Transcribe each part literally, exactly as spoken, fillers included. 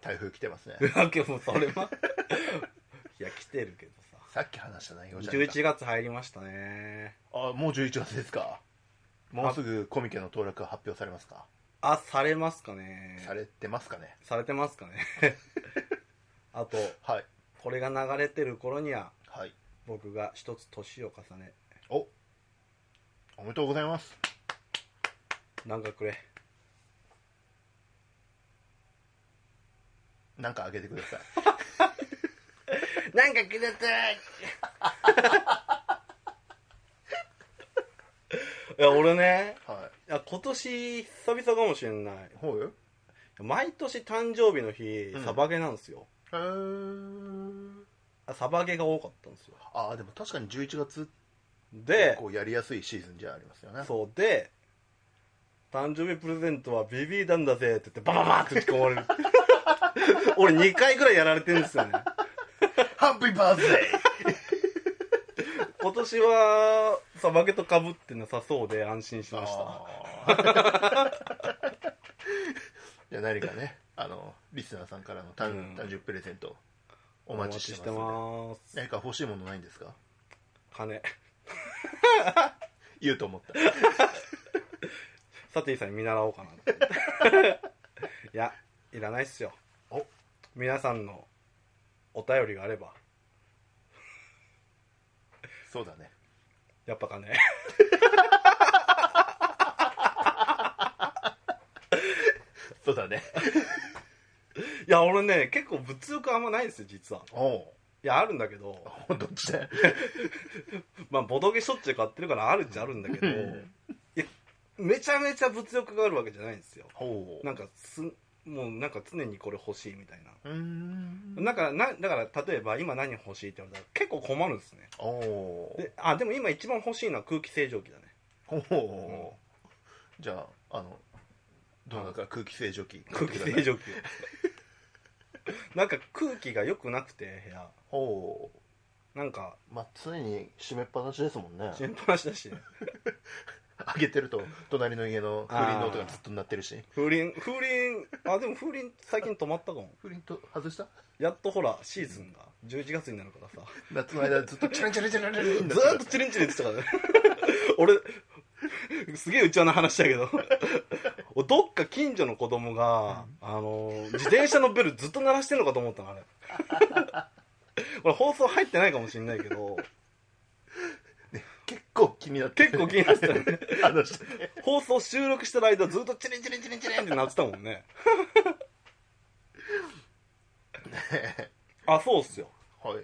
台風来てますね。 いやけどそれはいや来てるけどさ、 さっき話した内容じゃじゅういちがつ入りましたね。 あ、もうじゅういちがつですか。もうすぐコミケの当落が発表されますか。 あ、されますかね。 されてますかね。 されてますかねあと、 はい、 これが流れてる頃には、 はい、 僕が一つ年を重ね、 おおめでとうございます。 なんかくれ。 なんかあげてくださいなんかくださいいや俺ね、 はい、 いや今年久々かもしれない。 ほうよ。 毎年誕生日の日、うん、サバゲなんですよ。 へー。 サバゲが多かったんですよ。 ああ、でも確かにじゅういちがつでこうやりやすいシーズンじゃありますよね。 そうで、誕生日プレゼントはベビー弾だぜって言ってバババーって打ち込まれる俺にかいぐらいやられてるんですよねハッピーバースデー今年はサバゲと被ってなさそうで安心しましたじゃあ何かね、あのリスナーさんからの誕、うん、誕生日プレゼントお待ちしてますので、何か欲しいものないんですか。 金言うと思ったサティさんに見習おうかな。いや、いらないっすよ。 お、 皆さんのお便りがあれば。 そうだね。 やっぱ金。 そうだね。 いや、俺ね、結構物欲あんまないですよ、実は。 おう。 いや、あるんだけど。 どっちだよ。 まあ、ボドゲしょっちゅう買ってるからあるっちゃあるんだけど、いや、めちゃめちゃ物欲があるわけじゃないんですよ。なんかす、もうなんか常にこれ欲しいみたいな。うーん。なんかな、だから例えば今何欲しいって言われたら結構困るんですね。おで、あ、でも今一番欲しいのは空気清浄機だね。おお、 うん。じゃあ、あの、どうなんか空気清浄機。 空気清浄機を。なんか空気が良くなくて部屋。おなんか、 まあ、常に閉めっぱなしですもんね。 閉めっぱなしだしね。 開けてると隣の家の風鈴の音がずっと鳴ってるし。 風鈴風鈴あでも風鈴最近止まったかも。 風鈴と外した。 やっとほらシーズンがじゅういちがつになるからさ、 夏の間ずっとチランチランチランチランずーっとチリンチリンって言ってたからね俺すげえうちわの話だけどどっか近所の子供が、うん、あの自転車のベルずっと鳴らしてるのかと思ったのあれこれ放送入ってないかもしれないけど結構気になって結構気になってたね放送収録してる間ずっとチリンチリンチリンチリンってなってたもんねあ、そうっすよ。はい。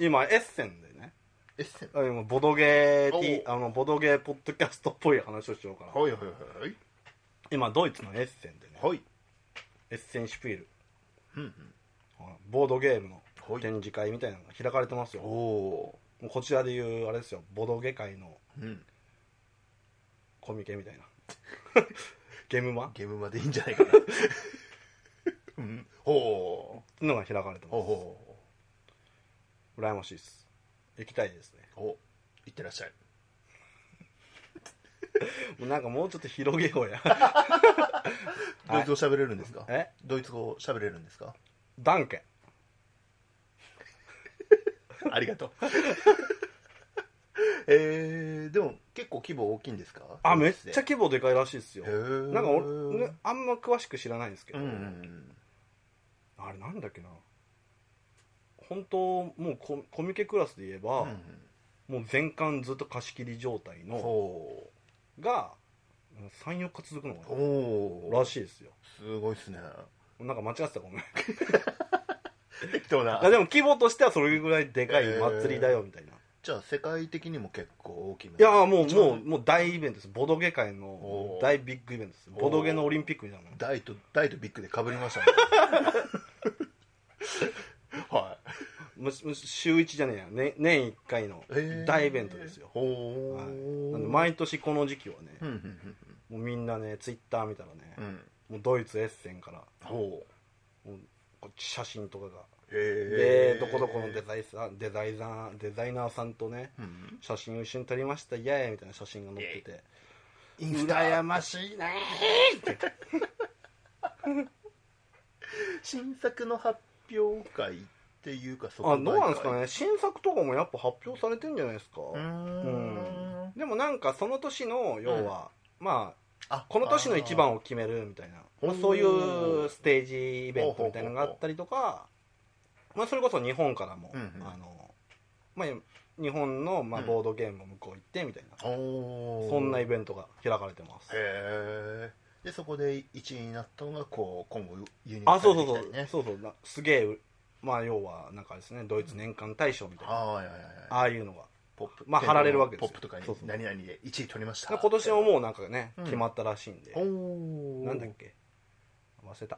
今エッセンでね。 エッセン。 あ今ボドゲーあのボドゲーポッドキャストっぽい話をしようかな。 はいはいはい。 今ドイツのエッセンでね。 はい。 エッセンシュピール。 うんうん。 ボードゲームの展示会みたいなのが開かれてますよ。おお。こちらでいうあれですよ。ボドゲ界のコミケみたいな。ゲームマ？ ゲームマでいいんじゃないかな。うん、ほうのが開かれてます。ほうほう、羨ましいです。行きたいですね。 お、行ってらっしゃい。 もうなんかもうちょっと広げようや。 ドイツ語喋れるんですか？ え？ ドイツ語喋れるんですか？ ダンケ。 ありがとう。えー、でも結構規模大きいんですか？ あ、めっちゃ規模でかいらしいですよ。なんか俺、ね、あんま詳しく知らないんですけど、うんうん、あれなんだっけな、本当もう コ, コミケクラスで言えば、うんうん、もう全館ずっと貸し切り状態のが さん,よっか続くのかならしいですよ。 すごいっすね。 なんか間違ってたごめん。 適当な。 でも規模としてはそれぐらいでかい祭りだよみたいな。 じゃあ世界的にも結構大きい。いやもうもうもう大イベントです。ボドゲ界の大ビッグイベントです。ボドゲのオリンピックみたいな。 大と大とビッグで被りましたね。はい。 週いちじゃねえや、ね、年いっかいの大イベントですよ。はい、なんで毎年この時期はね、もうみんなねツイッター見たらね、うん、もうドイツエッセンからもうこっち写真とかが。でどこどこのデザイさデザイナーデザイナーさんとね、うん、写真を一緒に撮りましたイエーイみたいな写真が載ってて、 羨ましいね新作の発表会っていうか、 そこあどうなんですかね、新作とかもやっぱ発表されてんじゃないですか。うん、でもなんかその年の要は、うん、まあこの年の一番を決めるみたいな、まあ、そういうステージイベントみたいなのがあったりとか、まあ、それこそ日本からも、うんうん、あのまあ、日本のまあボードゲームを向こう行ってみたいな、うん、そんなイベントが開かれてます。 へー。でそこでいちいになったのがこう今後輸入されてきたり、ね、あそうそうそうそうそうすげえ、まあ要はなんかですね、ドイツ年間大賞みたいな、うん、ああいうのがポップまあ貼られるわけですよ。 ポップとかに何々でいちい取りました。 今年ももうなんかね、うん、決まったらしいんで、なんだっけ忘れた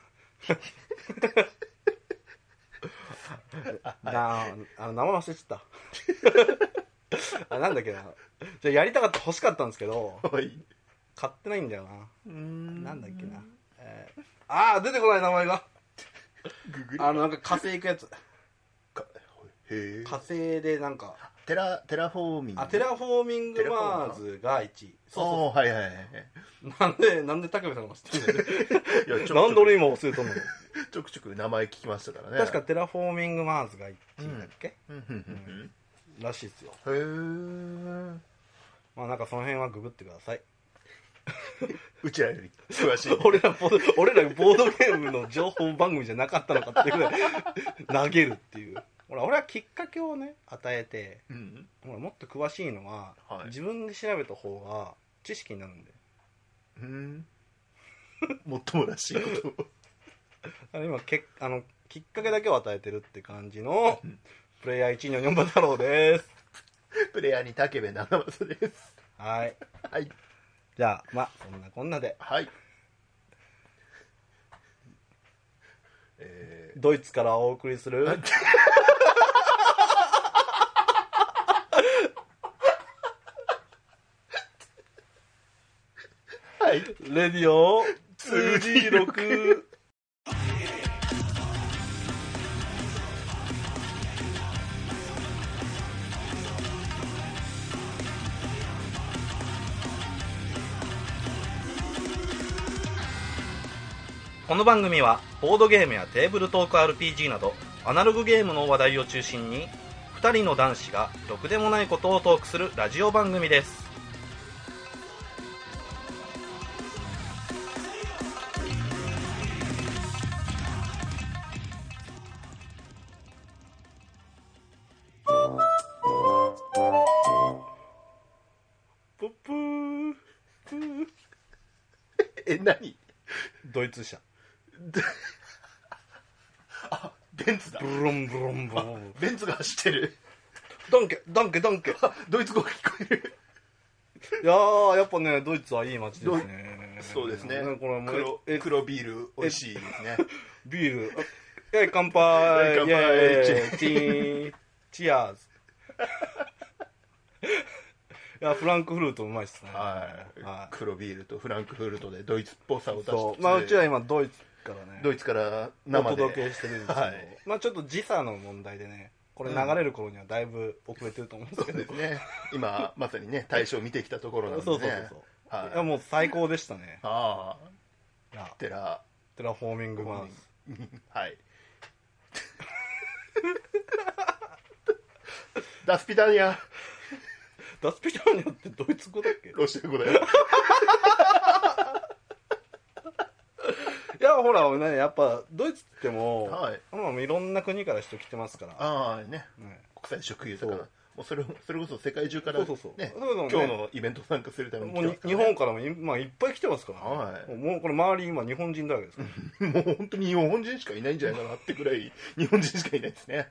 なあの名前忘れちゃったあなんだっけな、じゃあやりたかった欲しかったんですけど買ってないんだよな。うーんなんだっけな、えー、ああ出てこない名前がググあのなんか火星行くやつかへ火星でなんかテラテラフォーミングあテラフォーミングマーズがいちい。 そうそうはいはいはい。 なんでなんで高部さんが知ってるのなんで俺今忘れたのちょくちょく名前聞きましたからね。 確かテラフォーミングマーズがいちいだっけ、うんうんうん、らしいですよ。へえ。まあなんかその辺はググってくださいうちらより詳しい俺ら俺らボードゲームの情報番組じゃなかったのかっていうぐらい投げるっていう。ほら俺はきっかけをね与えて、うん、ほらもっと詳しいのは、はい、自分で調べた方が知識になるんで。 うんもっともらしいこと今けあのきっかけだけを与えてるって感じのプレイヤーいちいの四番太郎ですプレイヤーに武部長政です。 はい、 はい、 じゃあまあそんなこんなで、 はいえー、ドイツからお送りするはい、レディオ ツージーろく この番組はボードゲームやテーブルトーク アールピージー などアナログゲームの話題を中心にふたりの男子がろくでもないことをトークするラジオ番組です。ポップーえ、何？ ドイツ車あ、ベンツだ。 ブロンブロンブロン。 ベンツが走ってる。 ダンケダンケダンケ。 ドイツ語が聞こえる。 いやーやっぱねドイツはいい街ですね。 そうですね。 これも黒黒ビール美味しいですね。 ビール。え乾杯。乾杯。イエーイチーチアーズ。いやフランクフルートうまいっすね。 はい。はい、黒ビールとフランクフルートでドイツっぽさを出して。そうまあうちは今ドイツからね。 ドイツから生でお届けしてるんですけど、はい、まあちょっと時差の問題でね。これ流れる頃にはだいぶ遅れてると思うんですけど、 うん、そうですね。今まさにね大賞見てきたところなんでね。 そうそうそうそう、はい、いやもう最高でしたね。 ああテラテラフォーミングマウスはいダスピタニアダスピタニアってドイツ語だっけ？ ロシア語だよいやほらねやっぱドイツっても、 はい、 まあ、いろんな国から人来てますから。 ああね、ね国際色豊かなもうそれそれこそ世界中から、ね、そうそうそうね、今日のイベント参加するために、 ね、もう日本からも、まあ、いっぱい来てますから、ね、はい、もうこれ周り今日本人だらけですからもう本当に日本人しかいないんじゃないかなってくらい日本人しかいないですね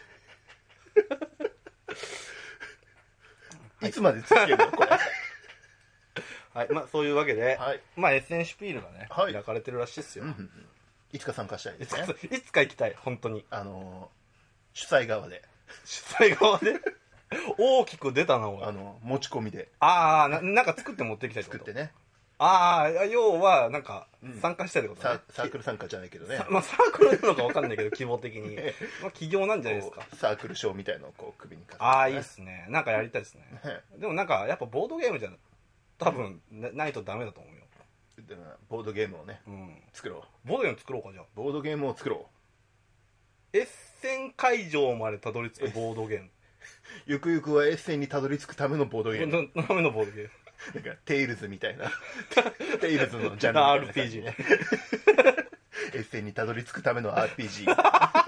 いつまで続けるのこれはいまあ、そういうわけで、はい、まあ、エッセンシュピールがね、はい、開かれてるらしいですよ、うんうん、 いつか参加したいですね。 いつか行きたい本当に、 あのー、主催側で主催側で大きく出たな俺。 あの持ち込みでああ な, なんか作って持ってきたいってこと。 作ってね。 ああ要はなんか参加したいってことね、 うん、サ, サークル参加じゃないけどね。 まあサークルなのか分かんないけど規模的に、まあ企業なんじゃないですか。 サークル賞みたいのをこう首にかけて、ね、 ああいいっすね。なんかやりたいですねでもなんかやっぱボードゲームじゃ多分ないとダメだと思うよ。 ボードゲームをね、うん、作ろう。ボードゲーム作ろうか。じゃあボードゲームを作ろう。エッセン会場までたどり着くボードゲーム。 ゆくゆくはエッセンにたどり着くためのボードゲーム。 ためのボードゲーム。 なんかテイルズみたいなテイルズのジャンルアールピージー ね。 エッセンにたどり着くための アールピージー。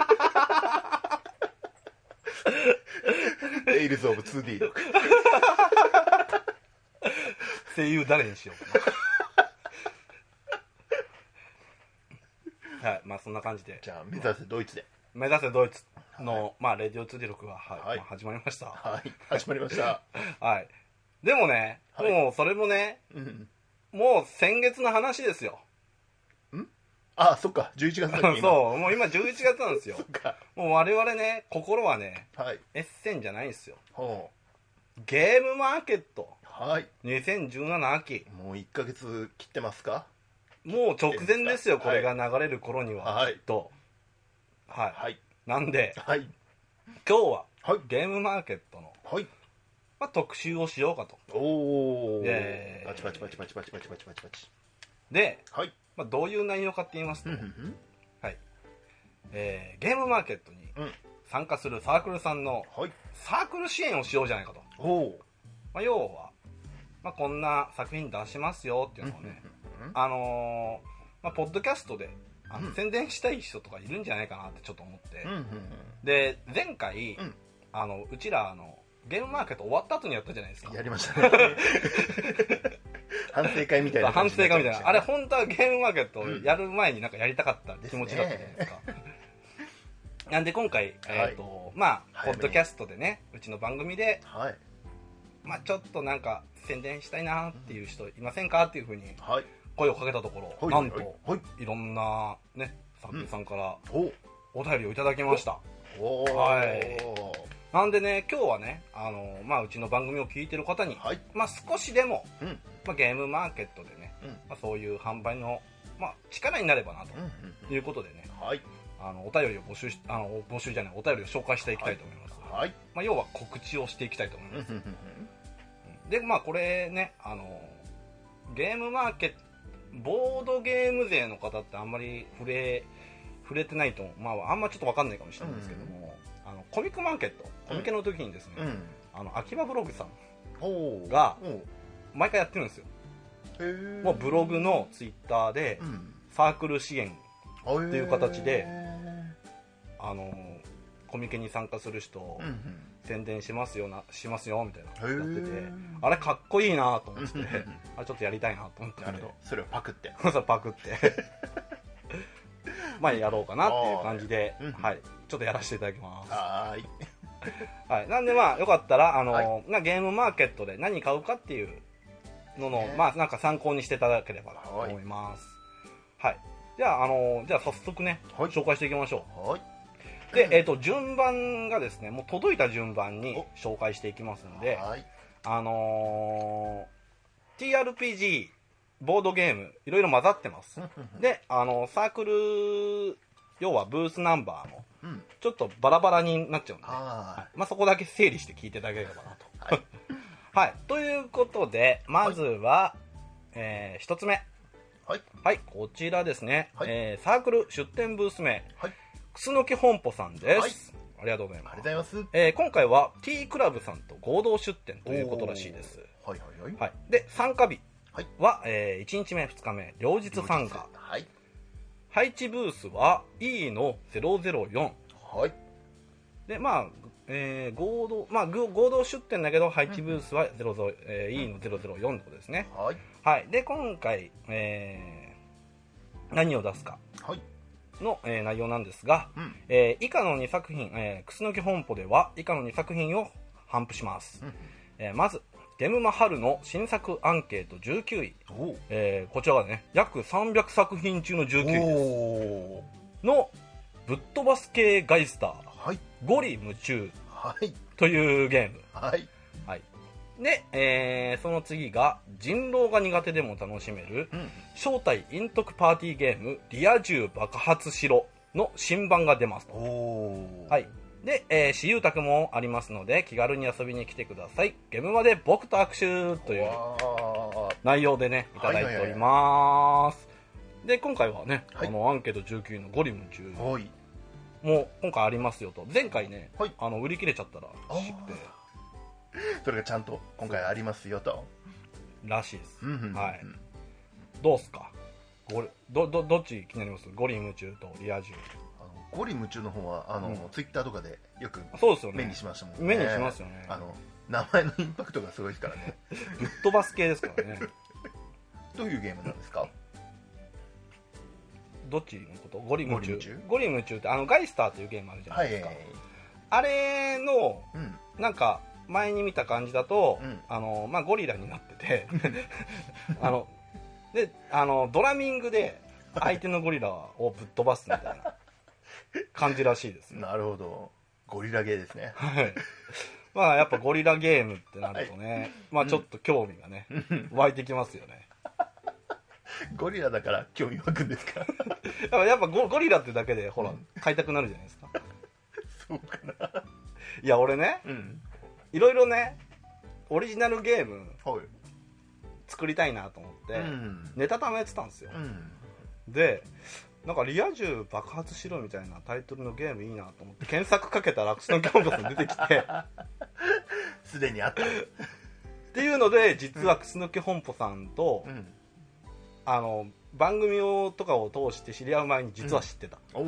テイルズオブ ツーディー とか。 声優誰にしようかな。はい、まあそんな感じで。 じゃあ目指せドイツで。 目指せドイツの、はい、まあレディオ ツーディーろく が、はいはい、まあ、始まりました。 はい、始まりました。 はい。でもね、はい、もうそれもね、うん、もう先月の話ですよ。 んあ、そっか、じゅういちがつだっけ。 そう、もう今じゅういちがつなんですよ。 そっか。 もう我々ね、心はね、はい、エッセンじゃないんですよ。ほう。ゲームマーケット。 はい。 にせんじゅうなな秋。 もういっかげつ切ってますか？ もう直前ですよ、これが流れる頃には。 はい。 きっと。はい。 はい。 なんで、 はい、 今日は、はい、ゲームマーケットの、 はい、 まあ、特集をしようかと。 おー、パチパチパチパチパチパチパチパチパチ。 で、 はい、 まあ、どういう内容かって言いますと、はい、えー、ゲームマーケットに参加するサークルさんのサークル支援をしようじゃないかと。 おー、 まあ、要は、まあ、こんな作品出しますよっていうのをね、あのー、まあ、ポッドキャストであの、うん、宣伝したい人とかいるんじゃないかなってちょっと思って、うんうんうん、で前回、うん、あのうちらあのゲームマーケット終わった後にやったじゃないですか。 やりましたね。反省会みたいな反省会みたいな。あれ本当はゲームマーケットをやる前になんかやりたかった気持ちだったじゃないですか。うん、なんで今回、えーとはい、まあポッドキャストでね、うちの番組で、はい、まあちょっとなんか宣伝したいなっていう人いませんかっていうふうに、はい、声をかけたところ、はい、なんと、はい、いろんなねサークルさんからお便りをいただきました。 おはい。なんでね、今日はね、あのまあうちの番組を聞いてる方に、はい、まあ少しでも、うん、まあ、ゲームマーケットでね、うん、まあ、そういう販売のまあ力になればなということでね、はい、あのお便りを募集しあの募集じゃないお便りを紹介していきたいと思います。はい。まあ要は告知をしていきたいと思います。でまあこれね、あのゲームマーケットボードゲーム勢の方ってあんまり触れ触れてないと、まああんまちょっと分かんないかもしれないですけども、うん、あのコミックマーケットコミケの時にですね、うん、あの秋葉ブログさんが毎回やってるんですよ。もうブログのツイッターでサークル支援っていう形で、あのコミケに参加する人を宣伝しますよなしますよみたいなやってて、あれかっこいいなと思ってあれちょっとやりたいなと思って、 なるほど、それをパクってそれパクってまあやろうかなっていう感じで、はい、ちょっとやらせていただきます。 はい、 はい、なんでまあよかったらあの、はい、なゲームマーケットで何買うかっていうのの、まあなんか参考にしていただければと思います。はい、はい、じゃああのじゃあ早速ね、はい、紹介していきましょう。はい、で、えーと、順番がですね、もう届いた順番に紹介していきますので、はい、あのー、ティーアールピージー ボードゲームいろいろ混ざってますで、あのー、サークル要はブースナンバーもちょっとバラバラになっちゃうんで、はい、まあ、そこだけ整理して聞いていただければなと、はいはい、ということでまずは、はい、えー、ひとつめ、はい、はい、こちらですね、はい、えー、サークル出店ブース名、はい、くすのき本舗さんです、はい、ありがとうございます。 ありがとうございます。 えー、今回は T クラブさんと合同出店ということらしいです。 はいはいはい、 はい、で参加日は、はい、えー、いちにちめふつかめ両日参加、はい、配置ブースは イー のゼロゼロよん、はい、でまあ、えー、合同まあ合同出店だけど配置ブースはゼロゼロ、えー、イー のゼロゼロよんのことですね。はい、はい、で今回、えー、何を出すか、はい、の、えー、内容なんですが、うん、えー、以下のにさく品、えー、くすのき本舗では以下のにさく品を頒布します、うん、えー、まずゲムマ春の新作アンケートじゅうきゅうい、えー、こちらがね約さんびゃくさく品中のじゅうきゅういですのぶっ飛ばす系ガイスター、はい、ゴリ夢中、はい、というゲーム、はいはい、で、えー、その次が人狼が苦手でも楽しめる、うん、正体陰徳パーティーゲームリア充爆発しろの新版が出ますと。はい、で、えー、私有宅もありますので気軽に遊びに来てください。ゲームまで僕と握手という内容でねいただいております、はいはいはい、で今回はね、はい、あのアンケートじゅうきゅうのゴリ夢中、はい、もう今回ありますよと。前回ね、はい、あの売り切れちゃったらしくて、 それがちゃんと今回ありますよとらしいです、うんうんうん、はい、どうすかゴリ ど, ど, どっち気になります？ゴリ夢中とリア充。 あのゴリ夢中の方はあの、うん、ツイッターとかでよく目にしましたもんね。 目にしますよね。 あの名前のインパクトがすごいですからね。 ぶっ飛ばす系ですからね。 どういうゲームなんですか？ どっちのこと？ゴリ夢中。ゴリ夢中ってあのガイスターというゲームあるじゃないですか、はい、あれの、うん、なんか前に見た感じだと、うん、あのまあ、ゴリラになっててあのであのドラミングで相手のゴリラをぶっ飛ばすみたいな感じらしいです、ね、 なるほど。ゴリラゲーですね。 はいまあやっぱゴリラゲームってなるとね、はい、まあちょっと興味がね、うん、湧いてきますよね。 ゴリラだから興味湧くんですか？ やっぱ ゴ, ゴリラってだけでほら、うん、買いたくなるじゃないですか。 そうかな。 いや俺ね、うん、いろいろねオリジナルゲーム作りたいなと思って、うん、ネタ貯めてたんですよ、うん、でなんかリア充爆発しろみたいなタイトルのゲームいいなと思って検索かけたらクスノキ本舗さん出てきてすでにあったっていうので実はクスノキ本舗さんと、うん、あの番組をとかを通して知り合う前に実は知ってた、うん、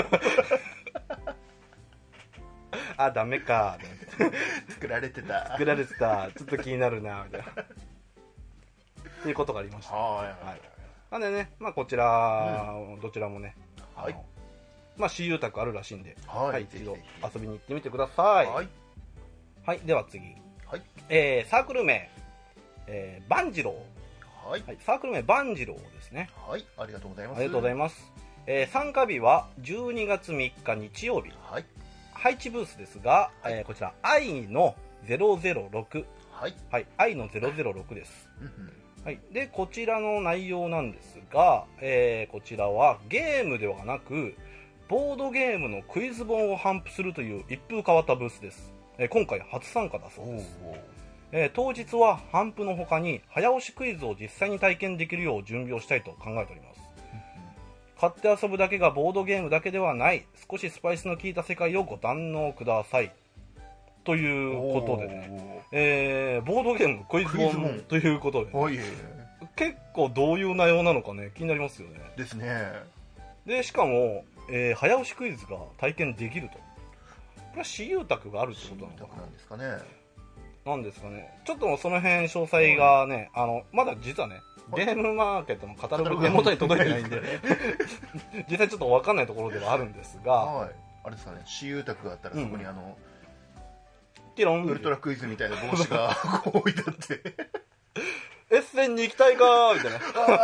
あダメか作られてた作られてたちょっと気になるなみたいなっていうことがありました。はいはい、はい、なんでね、まあ、こちら、うん、どちらもね、はい、まあ、私有宅あるらしいんで、はいはい、一度遊びに行ってみてください。はい、はい、では次、はい、えー、サークル名、えー、バンジロー、はいはい、サークル名バンジローですね。 はい、ありがとうございます。 ありがとうございます。えー、参加日はじゅうにがつみっか日曜日、はい、配置ブースですが、はい、えー、こちら 愛 のゼロゼロろく、はいはい、愛 のゼロゼロろくです。はい、でこちらの内容なんですが、えー、こちらはゲームではなくボードゲームのクイズ本を頒布するという一風変わったブースです。えー、今回初参加だそうです。えー、当日は頒布の他に早押しクイズを実際に体験できるよう準備をしたいと考えております。買って遊ぶだけがボードゲームだけではない、少しスパイスの効いた世界をご堪能くださいということでね、えー、ボードゲームのクイズ本ということで、ね、結構どういう内容なのかね気になりますよね。 ですね。 でしかも、えー、早押しクイズが体験できると。これは私有宅があるってことなのかな。 なんですかね。 なんですかね。ちょっとその辺詳細がね、あのまだ実はねゲームマーケットのカタログが手元に届いてないんで実際ちょっと分かんないところではあるんですが、はい、 あれですかね、私有宅があったらそこにあの、うんティロンウルトラクイズみたいな帽子がこう置いてあってエッセンに行きたいかーみたいな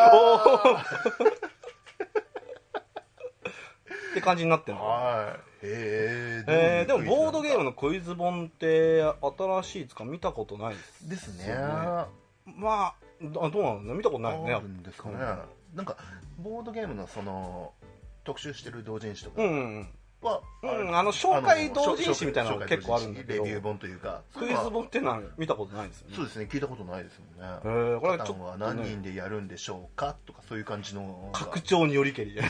って感じになってるの。はい。へー、えー、でもボードゲームのクイズ本って新しいつか見たことないですですね。 まあどうなの見たことないよね。 あるんですかね、うん、なんかボードゲームのその特集してる同人誌とか、うんうんはうん、あの紹介同人誌みたいなのが結構あるんだけど、 レビュー本というかクイズ本っていうのは見たことないですよね。 そうですね、聞いたことないですもんね。えー、これはちょっと、ね、は何人でやるんでしょうかとかそういう感じの拡張によりけりで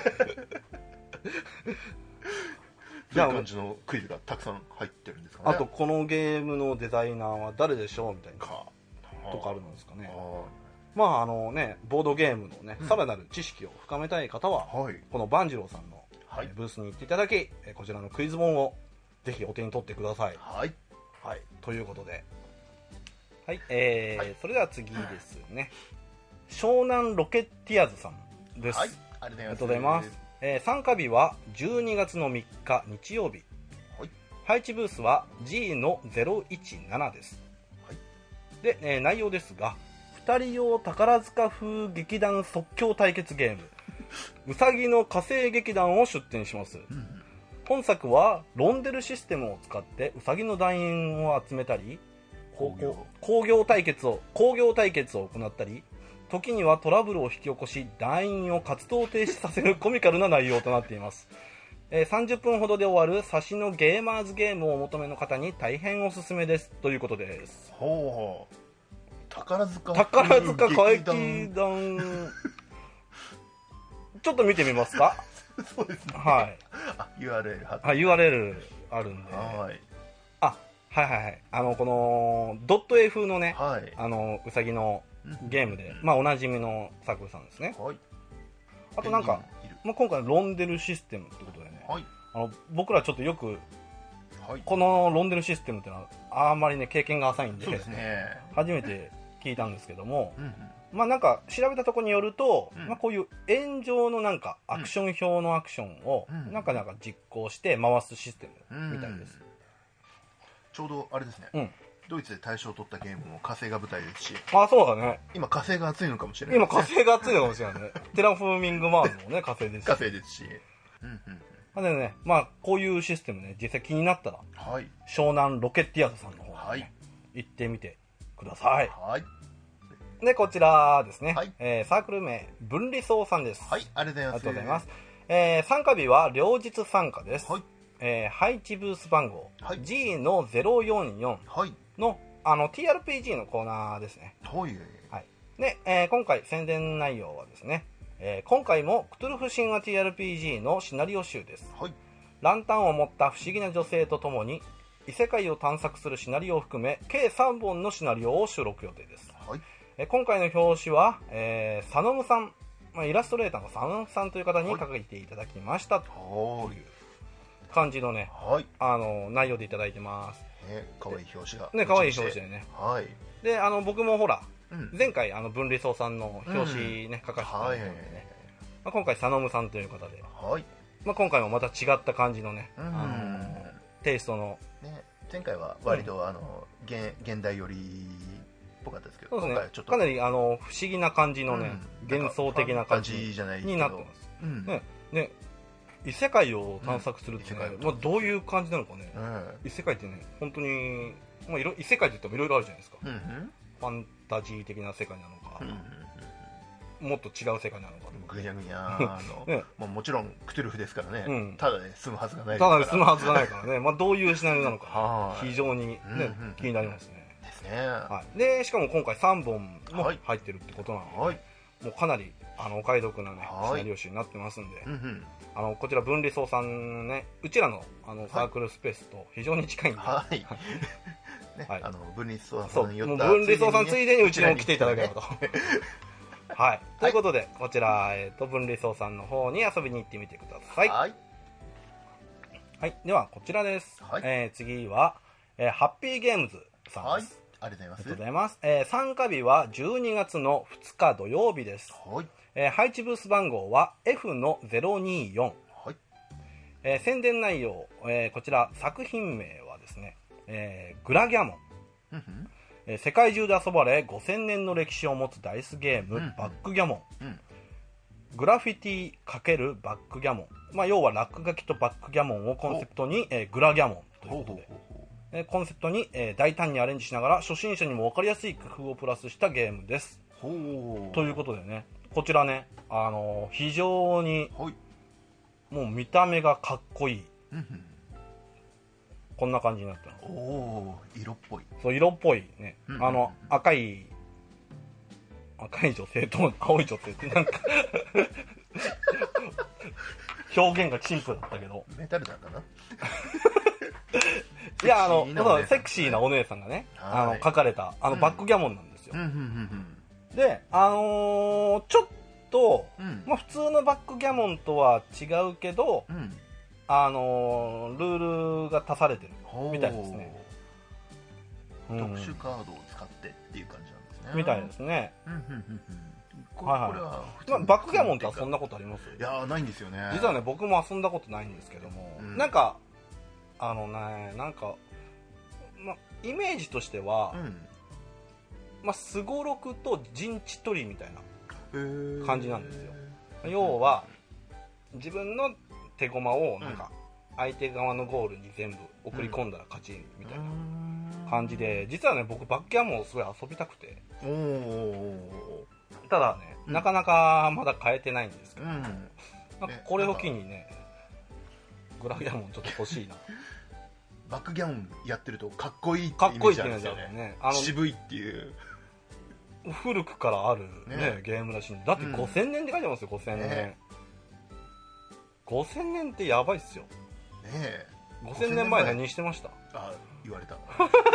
そういう感じのクイズがたくさん入ってるんですかね。 あとこのゲームのデザイナーは誰でしょうみたいなかとかあるんですかね。まああのねボードゲームのね、うん、さらなる知識を深めたい方は、はい、この万次郎さんのはい、ブースに行っていただきこちらのクイズ本をぜひお手に取ってください。はい、はい、ということで、はいえーはい、それでは次ですね、湘南ロケッティアーズさんです。はい、ありがとうございます。えー、参加日はじゅうにがつのみっか日曜日、はい、配置ブースは ジー のゼロいちななです。はい、で、えー、内容ですがふたり用宝塚風劇団即興対決ゲームうさぎの火星劇団を出展します、うん、本作はロンデルシステムを使ってうさぎの団員を集めたり工業、工業対決を工業対決を行ったり時にはトラブルを引き起こし団員を活動停止させるコミカルな内容となっています、えー、さんじゅっぷんほどで終わる差しのゲーマーズゲームをお求めの方に大変おすすめですということです。 ほうほう、 宝塚宝塚歌劇団ちょっと見てみますか。 そうですね。 はい。 あ、ユーアールエル 貼って。 はい、ユーアールエル あるんで。 はい。 あ、はいはいはい。あのこのドット A 風のね、 はい、 あのうさぎのゲームで、うん、まあおなじみのサークルさんですね。はい。あとなんか、まあ、今回ロンデルシステムってことでね。はい。あの僕らちょっとよく、はい、このロンデルシステムっていうのはあんまりね経験が浅いんで、そうですね。初めて聞いたんですけども。うんうん、まあなんか調べたところによると、うん、まあこういう円状のなんかアクション表のアクションをなんかなんか実行して回すシステムみたいです。うんうん、 ちょうどあれですね。うん、ドイツで大賞を取ったゲームも火星が舞台ですし。 あ、そうだね。 今火星が熱いのかもしれない、 ね。今火星が熱いのかもしれないね。テラフォーミングマーズもね火星ですし。 火星ですし。うんうん。 でね、まあこういうシステムね実際気になったら、はい、湘南ロケッティアーズさんの方に、ね、はい、行ってみてください。はい。でこちらですね、はい、えー、サークル名分離層さんです。 はい、ありがとうございます。 えー、参加日は両日参加です。はい、えー、配置ブース番号、はい、ジー のゼロよんよんの、はい、あの ティーアールピージー のコーナーですね。はい。はい、で、えー、今回宣伝内容はですね、えー、今回もクトゥルフ神話 ティーアールピージー のシナリオ集です。はい、ランタンを持った不思議な女性とともに異世界を探索するシナリオを含め計さんぼんのシナリオを収録予定です。はい、え今回の表紙は、えー、サノムさん、まあ、イラストレーターのサノムさんという方に描いていただきましたという感じのね、はい、あの内容でいただいてます。 ね、かわいい表紙がね、かわいい表紙でね。はい。で、あの僕もほら、うん、前回あの分離層さんの表紙ね、うん、書かせていただいたのでね、まあ、今回サノムさんという方で、はい、まあ、今回もまた違った感じのね、うん、あのテイストの、 ね、前回は割と、うん、あの 現, 現代寄りっぽかったですけど、 そうですね、 今回はちょっとかなりあの不思議な感じのね、うん、幻想的な感じになってます。うん、ねね、異世界を探索するってね、うん、まあ、どういう感じなのかね、うん、異世界ってね本当に、まあ、いろ異世界って言ってもいろいろあるじゃないですか、うんうん、ファンタジー的な世界なのか、うんうん、もっと違う世界なのかぐにゃぐにゃの、ね、まあ、もちろんクトゥルフですからね、うん、ただで済むはずがないですから、ただで済むはずがないからねまあどういうシナリオなのか非常に、ね、うんうん、気になりますね。ですね、はい、でしかも今回さんぼんも入ってるってことなので、はい、もうかなりあのお買い得な、ね、シナリオ集になってますんで、うんうん、あのこちら分離層さんね、うちら の, あのサークルスペースと非常に近いんで、はい、 ね、はい、あの分離層さんに寄った分離層さんついでにうちにも来ていただければとはい、ということで、こちら、えー、と分離層さんの方に遊びに行ってみてください。はい、はい、ではこちらです。はい、えー、次は、えー、ハッピーゲームズさんです。 はい、ありがとうございます。 ありがとうございます。えー、参加日はじゅうにがつのふつか土曜日です。はい、えー、配置ブース番号は エフ のゼロによん。はい、えー、宣伝内容、えー、こちら作品名はですね、えー、グラギャモン。うんふん、世界中で遊ばれごせんねんの歴史を持つダイスゲーム、うん、バックギャモン、うん、グラフィティ×バックギャモン、まあ、要は落書きとバックギャモンをコンセプトに、えー、グラギャモンということで、えー、コンセプトに、えー、大胆にアレンジしながら初心者にも分かりやすい工夫をプラスしたゲームです。ということでね、こちらね、あのー、非常にもう見た目がかっこいい、うん、こんな感じになってます。 おお、色っぽい。 そう、色っぽいね。うんうんうん、あの赤い赤い女性と青い女性ってなんか表現がシンプルだったけど。 メタルなんだな。 いや、あのセクシーなお姉さんがね、あの描かれたあのバックギャモンなんですよ。うんうんうんうん、で、あのー、ちょっと、うん、まあ普通のバックギャモンとは違うけど。うん、あのー、ルールが足されてるみたいですね。 特殊カードを使ってっていう感じなんですね。 みたいですね。 これはまあ、バックギャモンってそんなことあります？ いやー、ないんですよね。 実はね、僕も遊んだことないんですけども、うん、なんかあのね、なんか、ま、イメージとしては、うん、まあスゴロクと陣地取りみたいな感じなんですよ。要は自分の手駒をなんか相手側のゴールに全部送り込んだら勝ちみたいな感じで、実はね、僕バックギャモンをすごい遊びたくて、ただね、うん、なかなかまだ買えてないんですけど、うん、なんかこれを機にね、グラギャモンちょっと欲しいな。 バックギャモンやってるとかっこいいってイメージあるんですよね。 あの渋いっていう。 古くからある、ねね、ゲームらしいんで、だってごせんねんって書いてますよ、ごせんねん、ね、ごせんねんってやばいっすよね。えごせんねんまえ何してました？ あ、言われた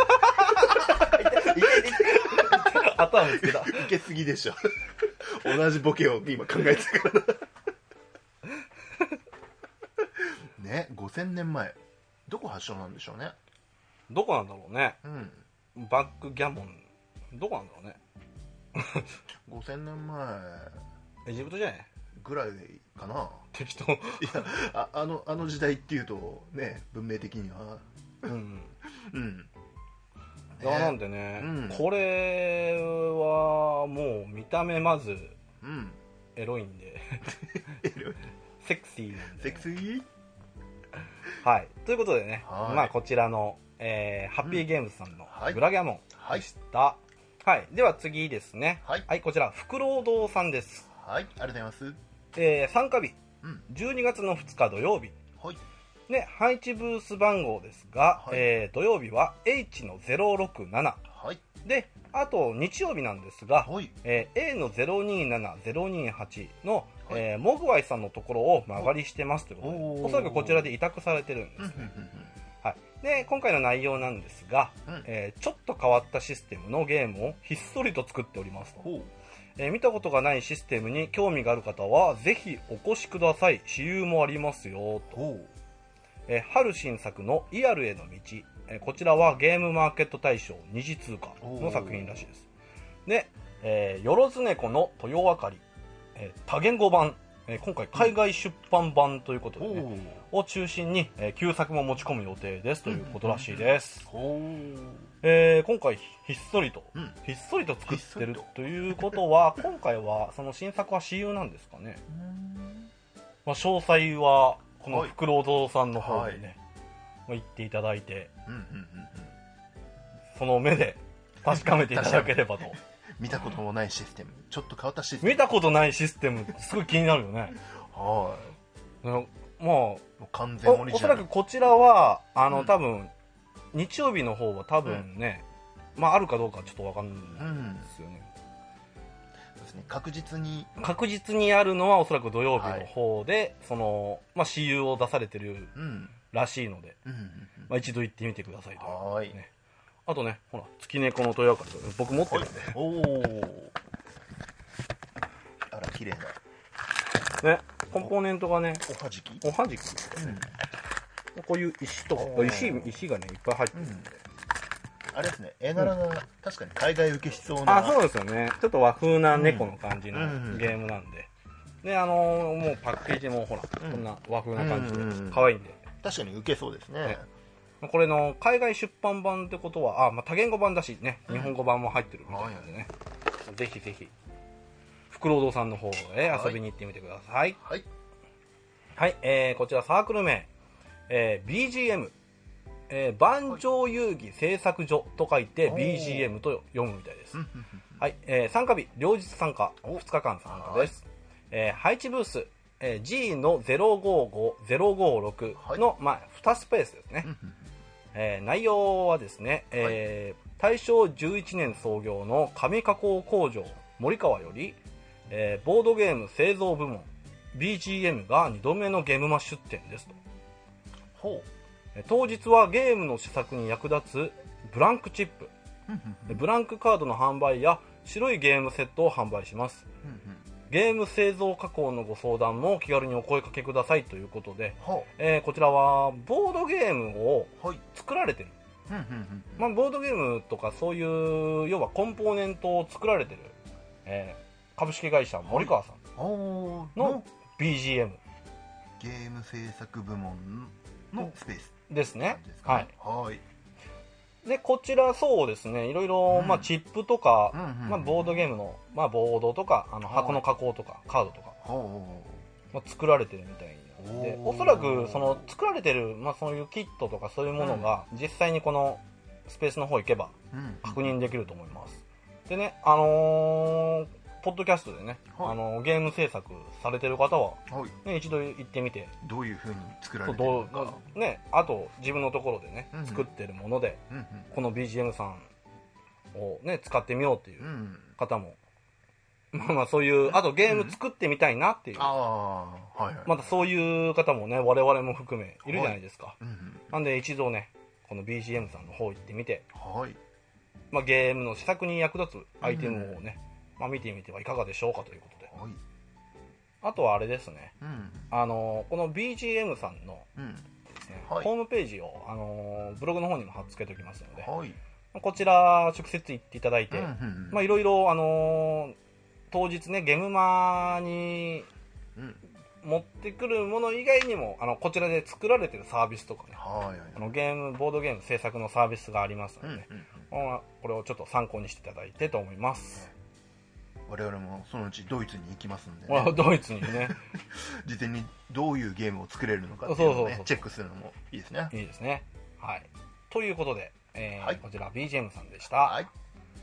頭ぶつけた。 いけすぎでしょ同じボケを今考えてたからね、ごせんねんまえどこ発祥なんでしょうね。 どこなんだろうね、 うん、 バックギャモンどこなんだろうねごせんねんまえエジプトじゃないぐらいかな。 適当。 いや あ, あ, のあの時代っていうとね、文明的にはうんうんね、いやなんでね、 うん、 これはもう見た目まず、 うん、 エロいんでエロいセクシーなんで、 セクシーはいということでね、 はい、 まあこちらの、えー、ハッピーゲームズさんのはいグラギャモンでした、はいはい、では次ですね、はい、はい、こちらフクロウ堂さんです。 はい、ありがとうございます。 えー、参加日、うん、じゅうにがつのふつか土曜日、はいね、配置ブース番号ですが、はい、えー、土曜日は エイチ のゼロろくなな、はい、であと日曜日なんですが、はい、えー、エー のゼロにななゼロにはちの、はい、えー、モグワイさんのところを間借りしてますということで、おそらくこちらで委託されてるんですねはい、で今回の内容なんですが、うん、えー、ちょっと変わったシステムのゲームをひっそりと作っておりますと、えー、見たことがないシステムに興味がある方はぜひお越しください、私有もありますよと、えー、春新作のイアルへの道、えー、こちらはゲームマーケット大賞二次通過の作品らしいです。で、えー、よろず猫の豊明かり、えー、多言語版、えー、今回海外出版版ということでね、を中心に、えー、旧作も持ち込む予定ですということらしいです。えー、今回ひっそりと、うん、ひっそりと作ってるということは今回はその新作は私有なんですかね。まあ、詳細はこのフクロウ堂さんの方でね、はい、行っていただいて、うんうんうんうん、その目で確かめていただければと見たこともないシステム、ちょっと変わったシステム、 見たことないシステムすごい気になるよねはい、まあ完全オリジナル。おそらくこちらはあの、うん、多分日曜日の方は多分ね、うん、まああるかどうかちょっと分かんないですよね、 うん、そうですね、確実に確実にあるのはおそらく土曜日の方で、はい、そのまあ私有を出されてるらしいので、うんうんうんうん、まあ、一度行ってみてくださいと、はい、ね、あとね、ほら月猫の豊明かり僕持ってるんで、はい、おおあら綺麗なね、コンポーネントがね、 おはじきおはじき、うん、こういう石とか石石がねいっぱい入ってるんで、 うん、あれですね、絵柄が、うん、確かに海外受けしそうな、 あ、そうですよね、ちょっと和風な猫の感じのゲームなんで、で、あのー、もうパッケージもほら、うん、こんな和風な感じで可愛いんで、 確かに受けそうですね。 ね、これの海外出版版ってことは、あ、まあ、多言語版だしね、日本語版も入ってるみたいなんでね、はい、ぜひぜひフクロウ堂さんの方へ遊びに行ってみてください。はい、はい、えー、こちらサークル名、えー、ビージーエム、えー、万丈遊戯製作所と書いて ビージーエム と読むみたいです。はい、えー、参加日両日参加、ふつかかん参加です。えー、配置ブース、えー、ジー のゼロごごゼロごろくの、はい、まあ、にスペースですね。えー、内容はですね、えーはい、大正じゅういちねん創業の紙加工工場森川より、えー、ボードゲーム製造部門 ビージーエム がにどめのゲームマ出展ですと。ほう。当日はゲームの試作に役立つブランクチップブランクカードの販売や白いゲームセットを販売します。ゲーム製造加工のご相談も気軽にお声かけくださいということで、えー、こちらはボードゲームを作られてる、はい、まあ、ボードゲームとかそういう要はコンポーネントを作られてる、えー、株式会社森川さんの ビージーエム、 ゲーム制作部門のスペースですね。はい、はい。でこちらそうですね、いろいろ、うん、まあ、チップとか、うんうんうん、まあ、ボードゲームの、まあ、ボードとかあの箱の加工とかカードとか、まあ、作られてるみたいで、おそらくその作られてる、まあ、そういうキットとかそういうものが、うん、実際にこのスペースの方行けば確認できると思います。でね、あのー、ポッドキャストでね、はい、あのー、ゲーム制作されてる方は、はい、ね、一度行ってみてどういう風に作られてるのか、 ね、あと自分のところでね、うんうん、作ってるもので、うんうん、この ビージーエム さんをね使ってみようっていう方も、うん、まあまあそういうあとゲーム作ってみたいなっていう、うん、あ、はいはい、またそういう方もね我々も含めいるじゃないですか、はい、うんうん、なんで一度ねこの ビージーエム さんの方行ってみて、はい、まあ、ゲームの施策に役立つアイテムをね、うん、まあ、見てみてはいかがでしょうかということで、はい、あとはあれですね、うん、あのこの ビージーエム さんの、うんですね、はい、ホームページを、あのブログの方にも貼っ付けておきますので、はい、こちら直接行っていただいて、いろいろあのー、当日ねゲームマに持ってくるもの以外にもあのこちらで作られてるサービスとかね、はいはいはい、あのゲームボードゲーム制作のサービスがありますので、うんうんうん、これをちょっと参考にしていただいてと思います。 我々もそのうちドイツに行きますんで、ね、 ドイツにね事前にどういうゲームを作れるのかっていうのを、ね、チェックするのもいいですね。 いいですね、はい、ということで、えーはい、こちら ビージーエム さんでした、はい、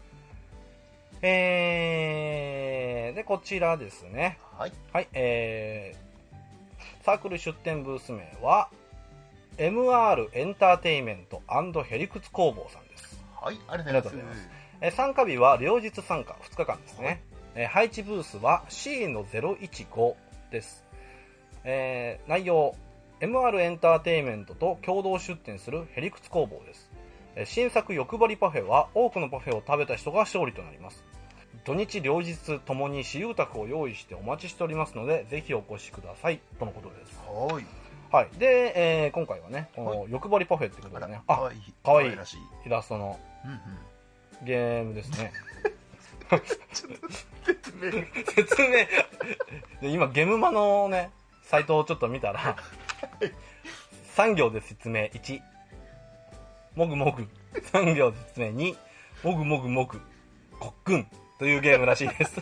えー、でこちらですね、はい、はい、えー、サークル出展ブース名は エムアール エンターテイメント&ヘリクツ工房さんです。 はい、ありがとうございます。 え参加日は両日参加ふつかかんですね、はい、え配置ブースは シーのゼロいちご です、えー、内容 エムアール エンターテイメントと共同出展するヘリクツ工房です。え新作欲張りパフェは多くのパフェを食べた人が勝利となります。土日両日ともに私有宅を用意してお待ちしておりますのでぜひお越しくださいとのことです。はい、はい、で、えー、今回はねこの欲張りパフェってことでね、あ、かわいいかわいいイラストの、うんうん、ゲームですねちょっと説明説明で今ゲームマのねサイトをちょっと見たらさん行で説明いちもぐもぐさん行で説明にもぐもぐもぐこっくんというゲームらしいです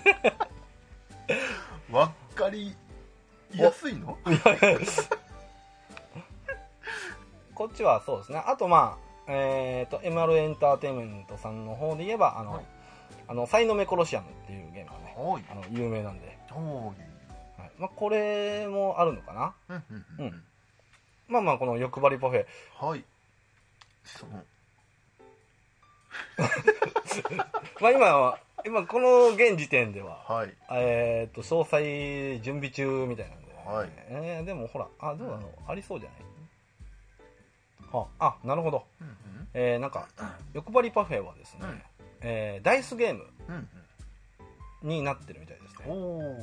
わかりやすいのこっちはそうですね。あとまあえっ、ー、と エムアール エンターテインメントさんの方で言えばあの、はい、あのサイノメコロシアムっていうゲームがね、はい、あの有名なんで、はい、まあ、これもあるのかな、うんうんうん、まあまあこの欲張りパフェ、はいそのまあ今は今この現時点では、はい、えー、と詳細準備中みたいなんで、はい、えー、でもほらあどうだろう、うん、ありそうじゃない。ああなるほど、うんうん、えー、なんか欲張りパフェはですね、うん、えー、ダイスゲームになってるみたいですね。お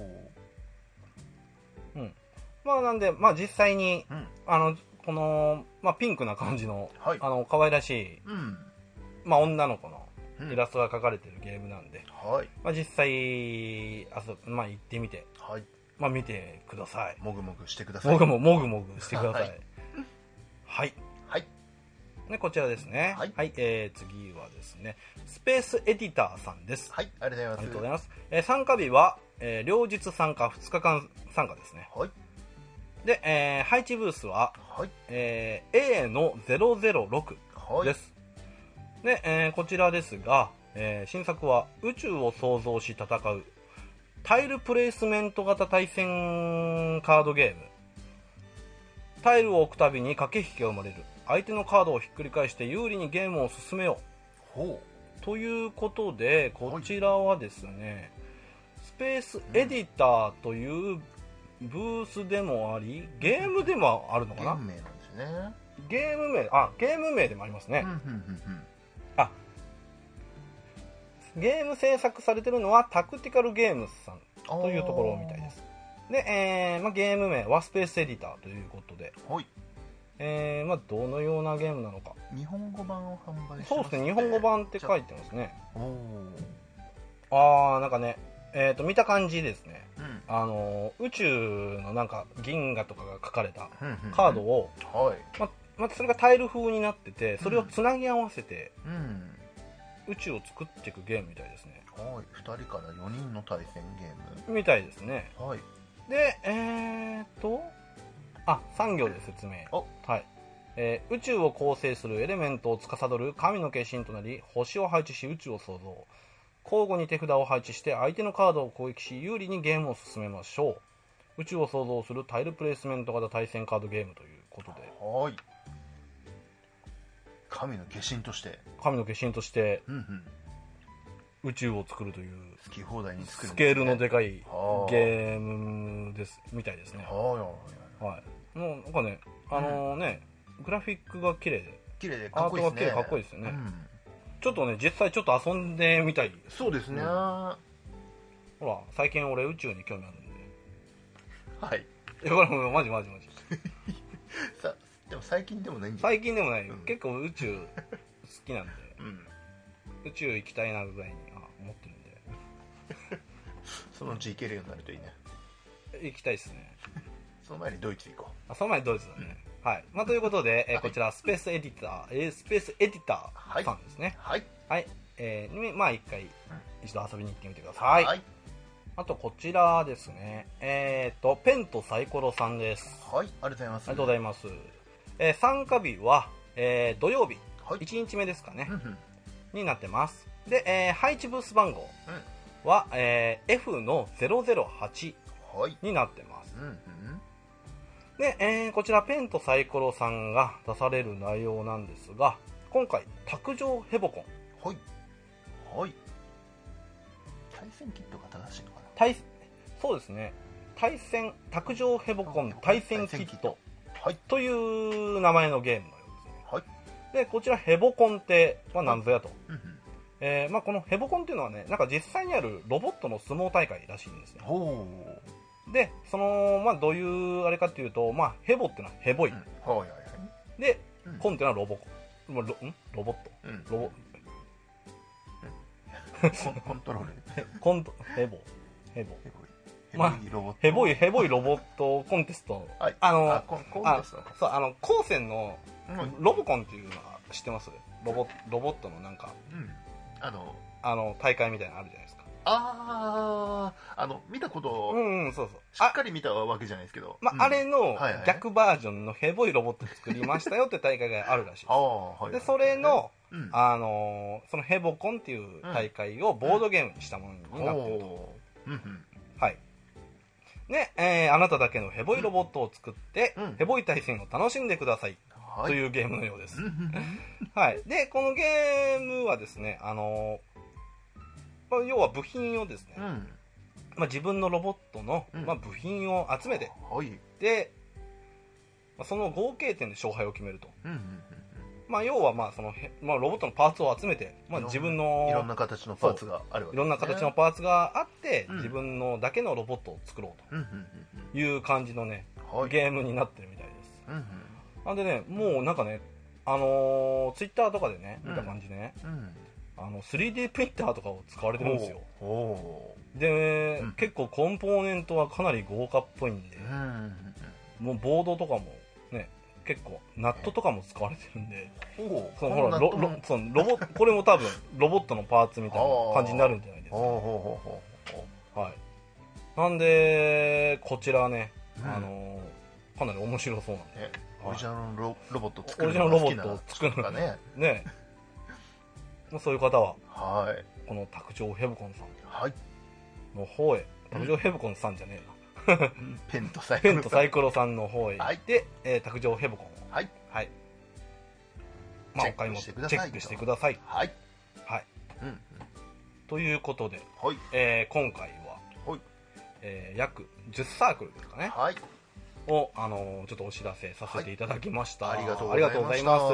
ー、うん、まあなんでまあ実際に、うん、あのこの、まあ、ピンクな感じの、はい、あの可愛らしい、うん、まあ女の子のイラストが描かれてるゲームなんで、うん、はい、まあ、実際あそ、まあ、行ってみて、はい、まあ、見てください。 もぐもぐしてください。 もぐもぐもぐもぐしてください。はい、はい、はい、ね、こちらですね。はい、はい、えー、次はですねスペースエディターさんです。 はい、ありがとうございます。 ありがとうございます。えー、参加日は、えー、両日参加ふつかかん参加ですね。はい、で、えー、配置ブースは、はい、えー、エー のゼロゼロろくです。はい、で、えー、こちらですが、えー、新作は宇宙を創造し戦うタイルプレイスメント型対戦カードゲーム。タイルを置くたびに駆け引きが生まれる。相手のカードをひっくり返して有利にゲームを進めよう。ほうということでこちらはですね、はい、スペースエディターというブースでもありゲームでもあるのかな。 ゲーム名なんですね。 ゲーム名、あ、ゲーム名でもありますね。うんうんうんうん、あ、ゲーム制作されてるのはタクティカルゲームズさんというところみたいです。で、えーまあ、ゲーム名はスペースエディターということで、はい、えーまあ、どのようなゲームなのか。 日本語版を販売してますね。 そうですね、日本語版って書いてますね。おあー、なんかね、えーと見た感じですね、うん、あの宇宙のなんか銀河とかが書かれたカードを、うんうんうん、はい、ままたそれがタイル風になっててそれをつなぎ合わせて、うん、宇宙を作っていくゲームみたいですね。 はい、ふたりからよにんの対戦ゲームみたいですね。はい、で、えーとあ、さん行で説明。はい、えー、宇宙を構成するエレメントを司る神の化身となり星を配置し宇宙を創造。交互に手札を配置して相手のカードを攻撃し有利にゲームを進めましょう。宇宙を創造するタイルプレイスメント型対戦カードゲームということで、はい、 神の化身として神の化身として、うんうん、 宇宙を作るという好き放題に作る、ね、 スケールのでかいゲームですみたいですね。 はい、はい、もうなんかね、あのー、ね、うん、グラフィックが綺麗で綺麗でかっこいいですね。 アートが綺麗かっこいいですよね、うん、ちょっとね実際ちょっと遊んでみたい。 そうですね、うん、 ほら最近俺宇宙に興味あるんで。 はい、 いやこれもうマジマジマジさでも最近でもないんじゃ最近でもない、うん、結構宇宙好きなんで、うん、宇宙行きたいなぐらいに思ってるんでそのうち行けるようになるといいね。 行きたいですね。 その前にドイツ行こう。 あその前にドイツだね、うん、はい、まあ、ということで、えー、こちらスペースエディター、えー、スペースエディターさんですね。 はい、 はい、えー、にまあ一回一度遊びに行ってみてください。はい、あとこちらですね、えーとペンとサイコロさんです。 はい、ありがとうございます。 ありがとうございます。えー、参加日は、えー、土曜日、はい、いちにちめですかね、になってます。で、えー、配置ブース番号は、うん、えー、エフ のゼロゼロはちになってます。はい、うんうん、で、えー、こちらペンとサイコロさんが出される内容なんですが、今回卓上ヘボコン、 はいはい、対戦キットが正しいのかな。 対そうですね、対戦卓上ヘボコン対戦キット、はい、という名前のゲームのようですね。はい、でこちらヘボコンっては何ぞやと、うんうん、えーまあ、このヘボコンっていうのはね、なんか実際にあるロボットの相撲大会らしいんですね。でその、まあ、どういうあれかっていうと、まあ、ヘボっていうのはヘボい、うん、はいはいはい、で、うん、コンっていうのはロボコン、ロ, ロ, ロボット、うん、ロボコントロールコントヘボヘボまあ、ヘボいヘボいロボットコンテスト、はい、あのあコンコンテスト、そう、あの高専のロボコンっていうのは知ってます？ロボロボットのなんか、うん、あのあの大会みたいなのあるじゃないですか。 ああ、あの見たこと、 うんうん、そうそう、 しっかり見たわけじゃないですけど、 まあ、うん、あれの逆バージョンのヘボいロボット作りましたよって大会があるらしいです。あ、はい、でそれの、うん、あのそのヘボコンっていう大会をボードゲームにしたものになっていると、うんうん、はい。で、えー、あなただけのヘボいロボットを作って、うん、ヘボい対戦を楽しんでください、はい、というゲームのようです。はい。でこのゲームはですね、あのー、要は部品をですね、うん、まあ、自分のロボットの、うん、まあ、部品を集めて、はい、で、まあ、その合計点で勝敗を決めると、うんうんうん、まあ、要はまあその、まあ、ロボットのパーツを集めて、まあ、自分のいろんな形のパーツがあるわけですね。 いろんな形のパーツがあって、うん、自分のだけのロボットを作ろうという感じのね、はい、ゲームになってるみたいです。うんうん、なんでね、もうなんかね、あのー、ツイッターとかでね見た感じね、うんうん、あの スリーディー プリンターとかを使われてるんですよ。で、うん、結構コンポーネントはかなり豪華っぽいんで、うんうんうん、もうボードとかもね、結構ナットとかも使われてるんで、そのほらロロそのロボこれも多分ロボットのパーツみたいな感じになるんじゃないですか。はい。なんでこちらね、うん、あのー、かなり面白そうなんで、 オリジナルの ロ, ロボットを作るオリジナルロボットを作るのがねねそういう方は、はい、この卓上ヘブコンさんの方へ、卓上ヘブコンさんじゃねえなペンとサイコロさんペンとサイコロさんの方へ行って、はい、えー、卓上ヘブコンを、はい、はい、まあ、お買い物チェックしてください。はい、はい、うんうん、ということで、はい、えー、今回は、はい、えー、約じゅっサークルですかね、はい、を、あのー、ちょっとお知らせさせていただきました。はい、ありがとうございます。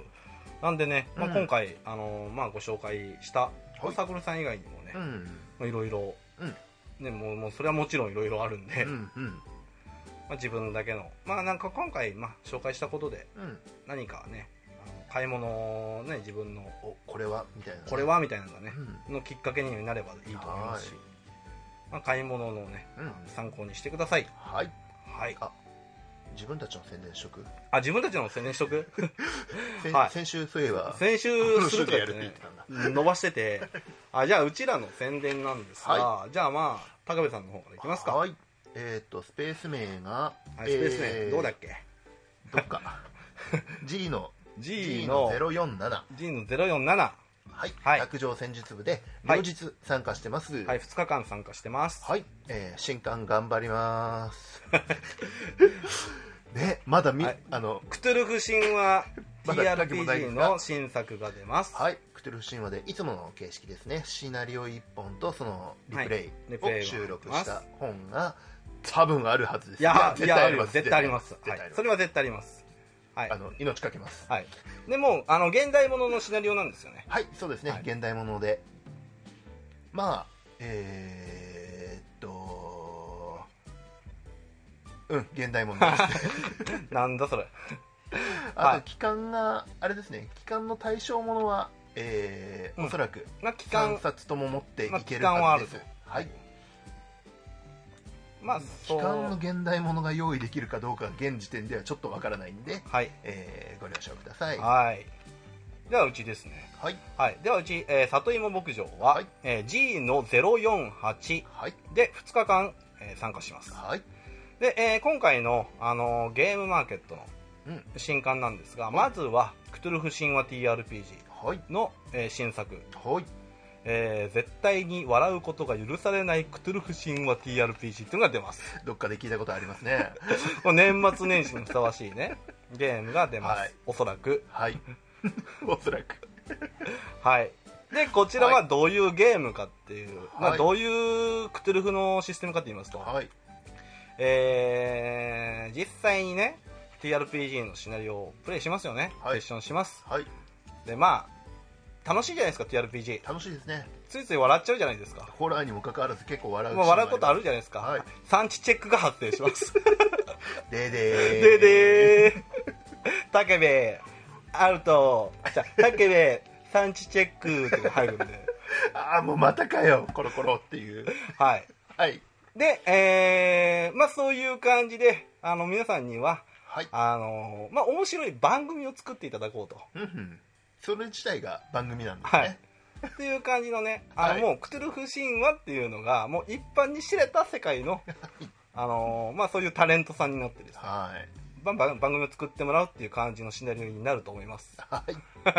なんでね、まあ、今回、うん、あのーまあ、ご紹介したサークルさん以外にもね、はい、いろいろ、うんね、もうもうそれはもちろんいろいろあるんで、うんうん、まあ、自分だけの、まあ、なんか今回、まあ、紹介したことで、うん、何かね、あの買い物ね、自分のおこれはみたいな、ね、 これはみたいなのがね、うん、のきっかけになればいいと思いますし、まあ、買い物のね、うん、参考にしてください。はい、はい、あ、 自分たちの宣伝しとく。 あ、自分たちの宣伝しとくはい、先週そういえば先週するとか言ってね、伸ばしててあ、じゃあうちらの宣伝なんですが、はい、じゃあまあ高部さんの方からいきますか。はい、 えっ、ー、とスペース名が、 はい、スペース名、えー、どうだっけ、 どっかG の G のゼロよんなな G のゼロよんなな、 はい、はい、卓上戦術部で両日参加してます。はい、 はい、ふつかかん参加してます。 はい、えー、新刊頑張りますね、まだみ、はい、あのクトゥルフ神話ティーアールピージー の新作が出ます。 はい、クトゥルフ神話でいつもの形式ですね。シナリオいっぽんとそのリプレイを収録した本が多分あるはずです。 いや、絶対あります。絶対あります。はい、それは絶対あります。はい、 あの命かけます。 はい。でもあの現代もののシナリオなんですよね。 はい、そうですね。はい、現代もので、まあえー、っとうん現代ものです。 なんだそれ。 あと期間があれですね。期間の対象ものは、えーうん、おそらくさんさつとも持っていけるはずです。はい。まあ、期間の現代ものが用意できるかどうか現時点ではちょっとわからないんで、はい、えー、ご了承ください。 はい。ではうちですね。はい。はい、ではうち、えー、里芋牧場は、はい、えー、ジー のゼロよんはちでふつかかん、えー、参加します。はい。で、えー、今回の、あのー、ゲームマーケットの新刊なんですが、うん、まずはクトゥルフ神話 ティーアールピージー の、はいえー、新作。はい。えー、絶対に笑うことが許されないクトゥルフ神話 ティーアールピージー っていうのが出ます。 どっかで聞いたことありますね。 年末年始にふさわしいねゲームが出ます、はい、おそらく。 はいおそらくはい。でこちらはどういうゲームかっていう、はいまあ、どういうクトゥルフのシステムかと言いますと、はいえー、実際にね ティーアールピージー のシナリオをプレイしますよね、はい、セッションします、はい、でまあ楽しいじゃないですか ティーアールピージー。 楽しいですね。 ついつい笑っちゃうじゃないですか。 ホラーにもかかわらず結構笑う、 まあ、笑うことあるじゃないですか、はい、産地チェックが発生しますででーででー竹部アウトじゃ竹部産地チェックって入るんでああもうまたかよコロコロっていうはい、はい、で、えー、まあそういう感じであの皆さんには、はい、あのまあ面白い番組を作っていただこうと、うんうんそれ自体が番組なんですね、はい、 っていう感じのねあの、はい、もうクトゥルフ神話っていうのがもう一般に知れた世界のあのー、まあそういうタレントさんになってですね、はい、バンバン番組を作ってもらうっていう感じのシナリオになると思います。はい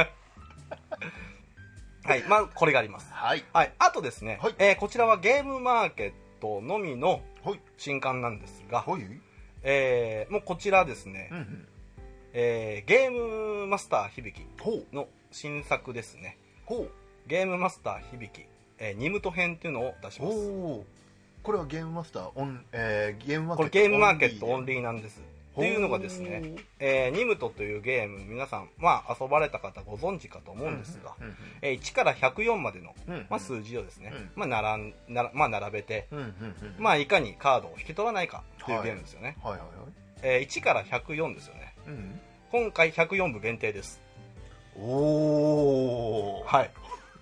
はいまあこれがあります。はい、はい、あとですね、はいえー、こちらはゲームマーケットのみの新刊なんですが、はいえー、もうこちらですね、うんうんえー、ゲームマスター響の新作ですね。ほうゲームマスター響き、えー、ニムト編っていうのを出します。 おこれはゲームマスターオン、えー、ゲームマーケットこれゲームマーケットオンリーなんです。っていうのがですね、えー、ニムトというゲーム皆さん、まあ、遊ばれた方ご存知かと思うんですが、うんうんうんえー、いちからひゃくよんまでの、うんうんまあ、数字をですね、うんまあ並んならまあ、並べて、うんうんうんまあ、いかにカードを引き取らないかというゲームですよね、はいはいはいはいえー、いちからひゃくよんですよね、うん、今回ひゃくよん部限定です。おーはい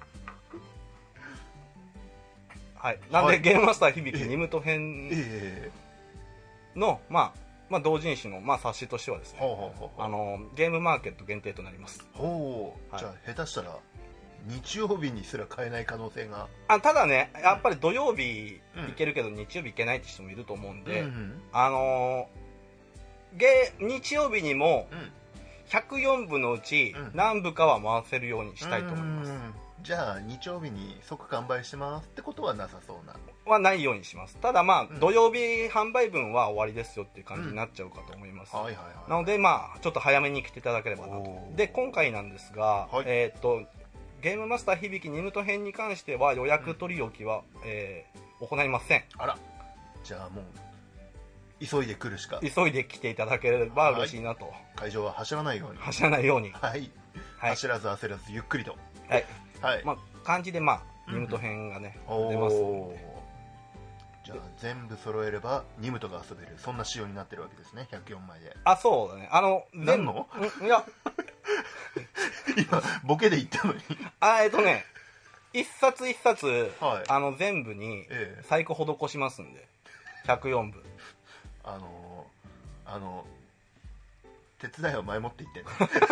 はい、なんで、はい、ゲームマスター響きニムト編の、まあまあ、同人誌の、まあ、冊子としてはですねほうほうほうほうあのゲームマーケット限定となります。 ほう、はい、じゃあ下手したら日曜日にすら買えない可能性があただねやっぱり土曜日行けるけど日曜日行けないって人もいると思うんで、うんうん、あのゲ日曜日にもひゃくよん部のうち何部かは回せるようにしたいと思います、うんうんうんじゃあ日曜日に即完売してますってことはなさそうなはないようにします。ただまあ、うん、土曜日販売分は終わりですよっていう感じになっちゃうかと思います、うんはいはいはい、なのでまあちょっと早めに来ていただければなと。で今回なんですが、はい、えー、っとゲームマスター響きニムト編に関しては予約取り置きは、うんえー、行いません。 あらじゃあもう急いで来るしか急いで来ていただければ嬉しいなと、はい、 会場は走らないように走らないように、 はい、はい、走らず焦らずゆっくりとはいはいまあ、漢字でまあニムト編がね、うん、出ますのでじゃあ全部揃えればニムトが遊べるそんな仕様になってるわけですね。ひゃくよんまいで。 あそうだねあの何のいや今ボケで言ったのにあえっとね一冊一冊、はい、あの全部に細工施しますんで、ええ、ひゃくよん部あのー、あの手伝いは前もって言ってね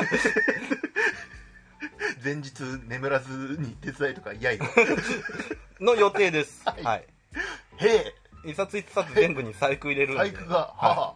前日眠らずに手伝いとか嫌よの予定です。はい。はい、 へえ。 一冊一冊全部に細工入れるんで。 細工が、はあ、はい、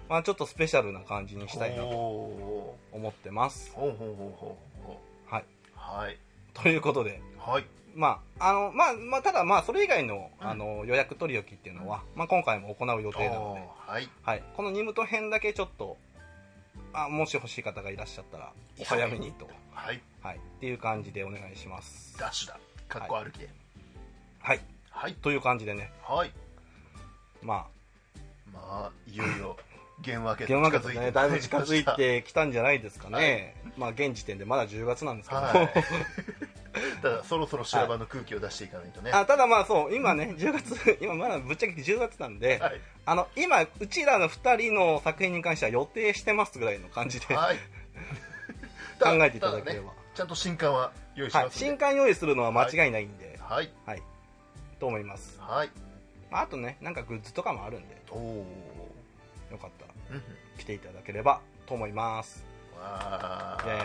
まあちょっとスペシャルな感じにしたいなと思ってます。ほうほうほうほうほう。はい。はい。ということで、はい。まああのまあまあただまあそれ以外の、うん、あの予約取り置きっていうのは、うん、まあ今回も行う予定なので、はい。はい。このニムト編だけちょっとあもし欲しい方がいらっしゃったらお早めにと、 はい、 はい、っていう感じでお願いします。 ダッシュだかっこ歩きで、 はい、はい、という感じでね、 はい、 まあまあいよいよゲームマーケット近づいて、ね、だいぶ近づいてきたんじゃないですかね、はい、まあ現時点でまだじゅうがつなんですけど、はい、 ただそろそろ修羅場の空気を出していかないとね、 はい、あただまあそう今ねじゅうがつ今まだぶっちゃけじゅうがつなんで、はい、あの今うちらのふたりの作品に関しては予定してますぐらいの感じで、はい、考えていただければ、ね、 ちゃんと新刊は用意しますので、はい、 新刊用意するのは間違いないんで、 はい、はい、 と思います、 はい、 あとねなんかグッズとかもあるんで、 おーよかったら来ていただければと思います。 わー、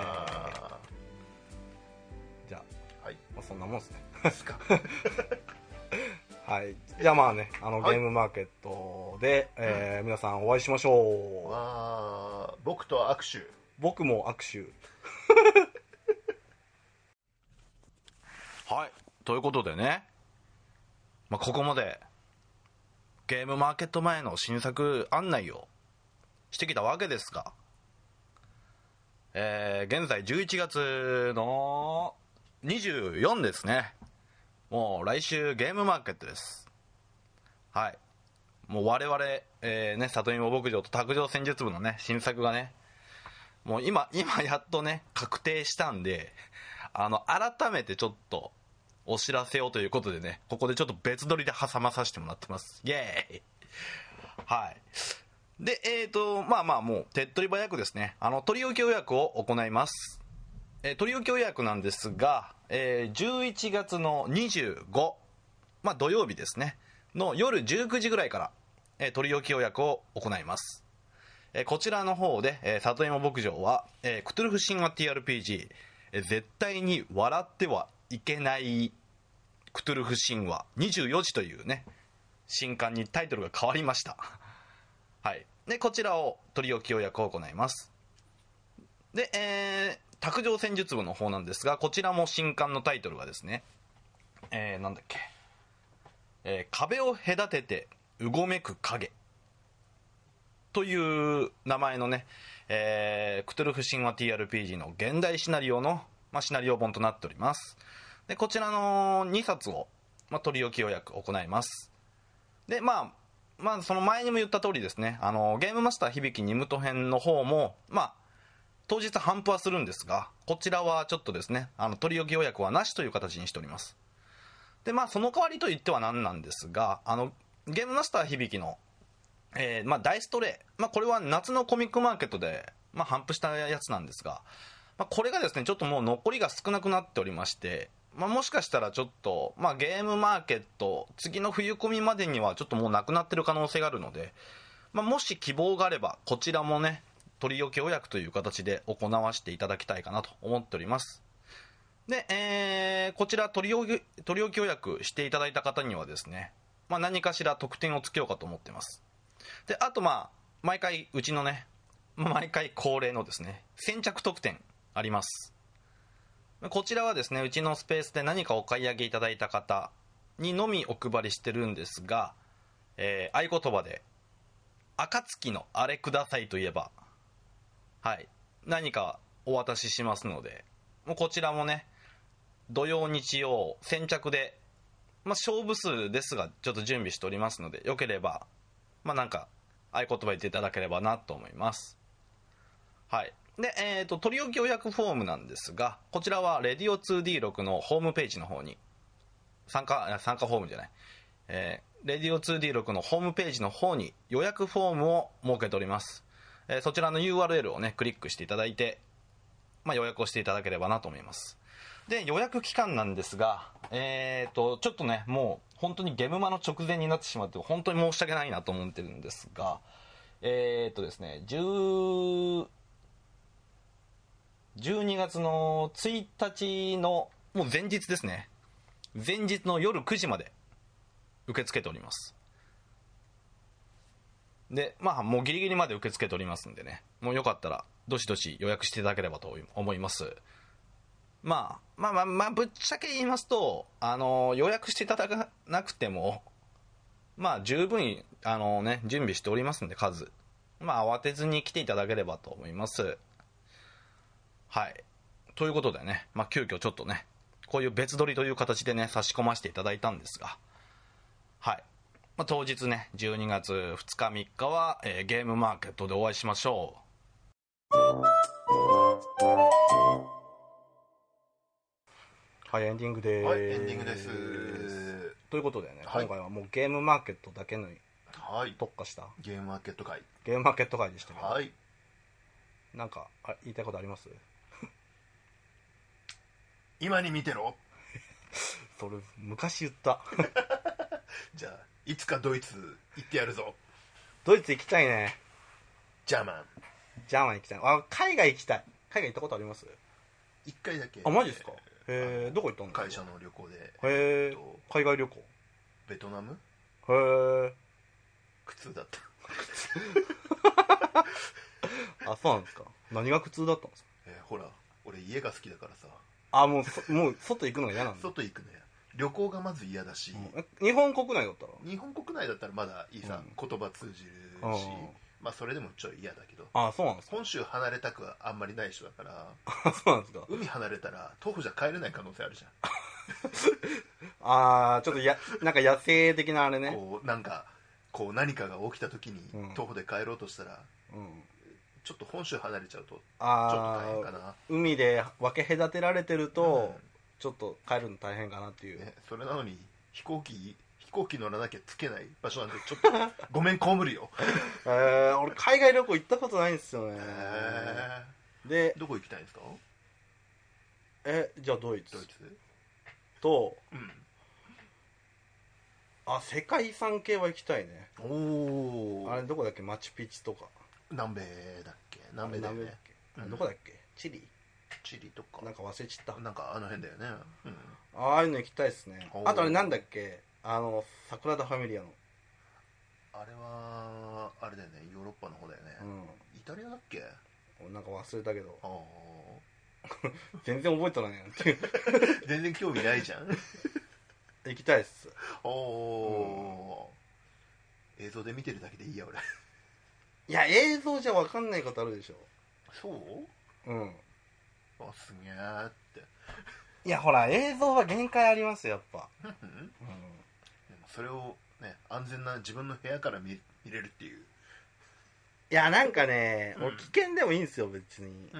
じゃあ、はい、まあ、そんなもんですねですかはい、じゃあまあねあの、はい、ゲームマーケットで、えーうん、皆さんお会いしましょう。 わー、僕と握手、 僕も握手はい、ということでね、まあ、ここまでゲームマーケット前の新作案内をしてきたわけですが、えー、現在じゅういちがつのにじゅうよっかですね。もう来週ゲームマーケットです。はい、もう我々、えーね、里芋牧場と卓上戦術部のね新作がねもう今今やっとね確定したんで、あの改めてちょっとお知らせをということでね、ここでちょっと別撮りで挟まさせてもらってます。イエーイ。はい。で、えーと、まあまあもう手っ取り早くですね、あの取り置き予約を行います。えー、取り置き予約なんですが、えー、じゅういちがつのにじゅうご、まあ土曜日ですね、の夜じゅうくじぐらいから、えー、取り置き予約を行います。えー、こちらの方で、えー、里芋牧場は、えー、クトゥルフ神話 ティーアールピージー、えー、絶対に笑ってはいけないクトゥルフ神話にじゅうよじというね新刊にタイトルが変わりました。はい。でこちらを取り置き予約を行います。で、えー、卓上戦術部の方なんですが、こちらも新刊のタイトルがですね、えー、なんだっけ、えー、壁を隔ててうごめく影という名前のね、えー、クトゥルフ神話 ティーアールピージー の現代シナリオの、まあ、シナリオ本となっております。でこちらのにさつを、まあ、取り置き予約行います。でまあまあその前にも言った通りですね、あのゲームマスター響ニムト編の方もまあ当日頒布はするんですが、こちらはちょっとですねあの取り置き予約はなしという形にしております。でまあその代わりといっては何なんですが、あのゲームマスター響の、えーまあ、ダイストレイ、まあ、これは夏のコミックマーケットで、まあ、頒布したやつなんですが、まあ、これがですねちょっともう残りが少なくなっておりまして、まあ、もしかしたらちょっと、まあ、ゲームマーケット次の冬込みまでにはちょっともうなくなってる可能性があるので、まあ、もし希望があればこちらもね取り置き予約という形で行わせていただきたいかなと思っております。で、えー、こちら取り置き、取り置き予約していただいた方にはですね、まあ、何かしら特典をつけようかと思ってます。であとまあ毎回うちのね毎回恒例のですね先着特典あります。こちらはですねうちのスペースで何かお買い上げいただいた方にのみお配りしてるんですが、えー、合言葉で暁のあれくださいといえば、はい何かお渡ししますので、もうこちらもね土曜日曜先着で、まあ、勝負数ですがちょっと準備しておりますので、よければまあなんか合言葉言っていただければなと思います。はい。で、えーと、取り置き予約フォームなんですが、こちらは レディオツーディーシックス のホームページの方に参加、参加フォームじゃない、えー、レディオツーディーシックス のホームページの方に予約フォームを設けております。えー、そちらの ユーアールエル をねクリックしていただいて、まあ、予約をしていただければなと思います。で予約期間なんですが、えーとちょっとねもう本当にゲムマの直前になってしまって本当に申し訳ないなと思ってるんですが、えーとですねじゅうじゅうにがつのついたちのもう前日ですね、前日の夜くじまで受け付けております。でまあもうギリギリまで受け付けておりますんでね、もうよかったらどしどし予約していただければと思います。まあまあまあまあぶっちゃけ言いますと、あの予約していただかなくてもまあ十分あのね準備しておりますんで数まあ慌てずに来ていただければと思います。はい。ということでね、まあ急遽ちょっとね、こういう別撮りという形でね、差し込ませていただいたんですが、はい。まあ、当日ね、じゅうにがつふつかみっかは、えー、ゲームマーケットでお会いしましょう。はい、エンディングでーす。 はい、エンディングです。 ということでね、 はい、 今回はもうゲームマーケットだけに特化した、 はい、ゲームマーケット会。 ゲームマーケット会でしたけど、 はい。 なんかあ言いたいことあります？ 今に見てろ。 それ昔言った。 じゃあいつかドイツ行ってやるぞ。 ドイツ行きたいね。 ジャーマン。 ジャーマン行きたい。あ、海外行きたい。海外行ったことあります？ 一回だけ。 あ、マジですか？へえ、どこ行ったんですか？ 会社の旅行で。 へえ、海外旅行。 ベトナム？ へえ。 苦痛だった。 あ、そうなんですか。何が苦痛だったんですか？ えー、ほら、俺家が好きだからさ。 あ、もうもう外行くのが嫌なんだ。 外行くのや。旅行がまず嫌だし、 うん、日本国内だったら日本国内だったらまだいいさ、うん、言葉通じるし、まあそれでもちょい嫌だけど。 あ、そうなんですか。 本州離れたくはあんまりない人だから。 あ、そうなんですか。 海離れたら徒歩じゃ帰れない可能性あるじゃん。 ああ、ちょっとやなんか野生的なあれね。 こうなんかこう何かが起きた時に徒歩で帰ろうとしたら、うん、ちょっと本州離れちゃうとちょっと大変かな。 海で分け隔てられてると、うん、ちょっと帰るの大変かなっていう、 ね、それなのに飛行機飛行機乗らなきゃつけない場所なんでちょっとごめん被るよ。 えー、俺海外旅行行ったことないんですよね。 えー、 でどこ行きたいんですか？ えじゃあドイツドイツと、 うん、 あ、世界遺産系は行きたいね。 おお。 あれどこだっけ？マチュピチュとか。 南米だっけ？南米だよね。 うん、どこだっけ？チリ？ チリとかなんか忘れちゃった。 なんかあの辺だよね、うん、 ああいうの行きたいですね。あとあれなんだっけ、あのサグラダ・ファミリアのあれはあれだよね、ヨーロッパの方だよね、うん、イタリアだっけ？ なんか忘れたけど。あ全然覚えてないな。 全然興味ないじゃん。 行きたいっす。 おお、うん、映像で見てるだけでいいや俺。 いや映像じゃ分かんないことあるでしょ。 そう？うん。あ、すげーって。 いやほら映像は限界ありますよやっぱ。うん、 それをね、安全な自分の部屋から 見, 見れるっていう。 いやなんかね、うん、危険でもいいんですよ別に、 うん、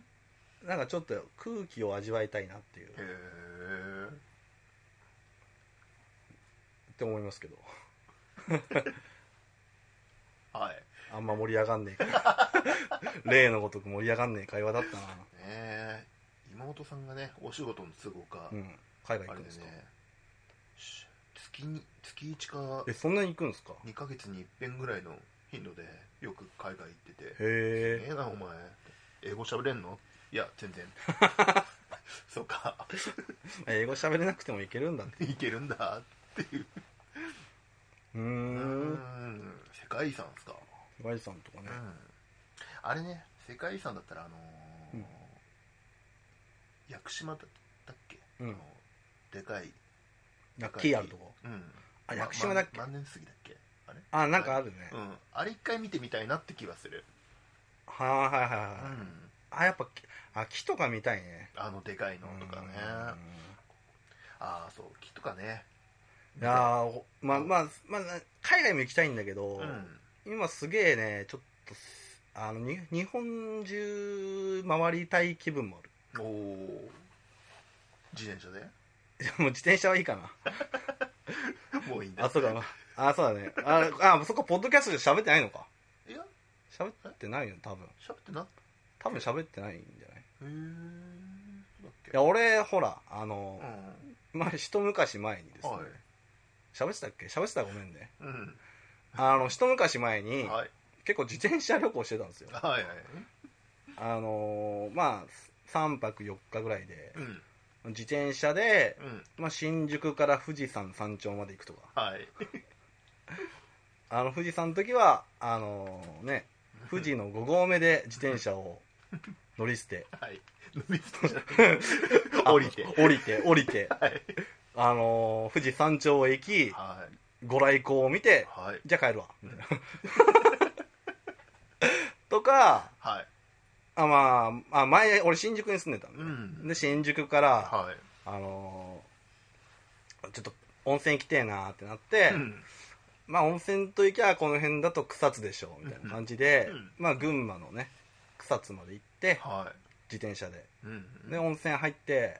なんかちょっと空気を味わいたいなっていう。へえって思いますけど。 はい。 あんま盛り上がんねえか例のごとく盛り上がんねえ会話だったな。ねえ、妹さんがねお仕事の都合か、うん、 海外行くんですか？ね、 月に月いちかえそんなに行くんですか？ にかげつにいっぺんぐらいの頻度でよく海外行ってて、へええなお前英語喋れんの？いや全然。そうか。 英語喋れなくてもいけるんだって。 いけるんだっていう。 うーん、 うーん、世界遺産ですか？ 世界遺産とかね、うん、 あれね、世界遺産だったらあのーうん、屋久島だったっけ、うん、あのでかい木あるとこ、うん、あ、屋久島だっけ、 ま、万年杉だっけ、あれ、 あ、なんかあるね、 うん、あれ一回見てみたいなって気はする。 はいはいはいはい、うん、あ、やっぱあ木とか見たいね、 あのでかいのとかね、ああそう木とかね。 いやー、まあまあまあ海外も行きたいんだけど、うん、今すげえねちょっとあのに日本中回りたい気分もある。おお、自転車で？ もう自転車はいいかな。もういいんだ。 あ、そうか、あ、そうだね。ああ、そっか、ポッドキャストで喋ってないのか。 いや喋ってないよ多分。 喋ってな多分喋ってないんじゃない？へえ。 いや俺ほらあの、うん、まあ一昔前にですね、はい、喋ってたっけ？喋ってたらごめんね、うん、あの一昔前に、はい、結構自転車旅行してたんですよ。はいはい。あのー、まあさんぱくよっかぐらいで、うん、自転車で、うん、まあ、新宿から富士山山頂まで行くとか、はい、あの富士山の時はあのー、ね富士のご合目で自転車を乗り捨て、はい、乗り捨てじゃない降りて降りて降りて、はい、あのー、富士山頂駅、はい、ご来光を見て、はい、じゃあ帰るわみたいな。 とか、 はい、 あまあ、あ前俺新宿に住んでたんで、うん、で新宿から、 はい、 あのー、ちょっと温泉行きてえなってなって、うん、まあ温泉と行きゃこの辺だと草津でしょみたいな感じで、うん、まあ群馬のね草津まで行って、はい、自転車で、うん、で温泉入って、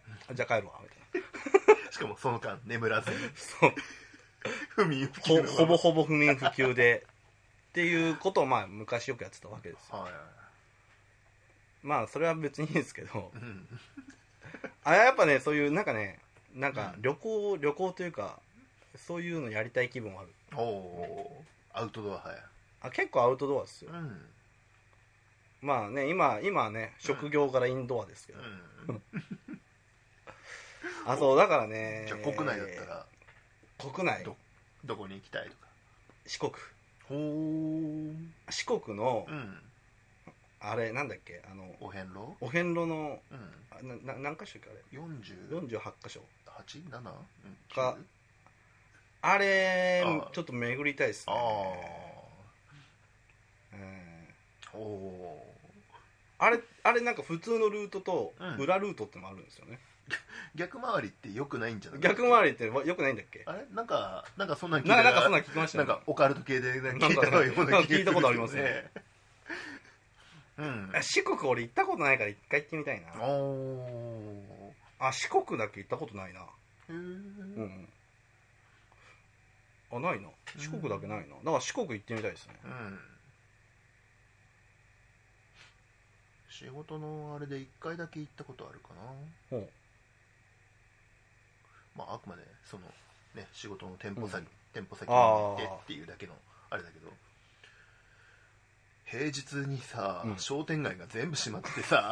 うん、じゃあ帰るわみたいなしかもその間眠らずにそう不眠不休ほ, ほぼほぼ不眠不休でっていうことをまあ昔よくやってたわけですよ、はい、まあそれは別にいいんですけど、うん、あやっぱねそういうなんかねなんか旅行、うん、旅行というかそういうのやりたい気分はある。 おおアウトドア派や。 あ結構アウトドアですよ、うん、まあね今今はね職業からインドアですけど、うん、あそうだからねじゃあ国内だったら国内ど, どこに行きたいとか。 四国。 ほー四国の、うん、あれなんだっけあのお遍路お遍路の、うん、なな何か所かあれ よんじゅう よんじゅうはちか所はち?なな? かあれあちょっと巡りたいですね。あ、えー、おあれあれなんか普通のルートと裏ルートってのもあるんですよね、 うん、逆回りってよくないんじゃない逆回りってよくないんだっけ。 あれなんかなんかそんな聞いたなんかそんな聞きましたね。なんかオカルト系で聞いたような聞いたことありますね。うん、四国俺行ったことないから一回行ってみたいな。おあ四国だけ行ったことないな。へえ、うん、あないな四国だけないな。だから四国行ってみたいですね、うん、 仕事のあれで一回だけ行ったことあるかな。ほうまああくまでそのね仕事の店舗先、うん、店舗先に行ってっていうだけのあれだけど平日にさ、うん、商店街が全部閉まってさ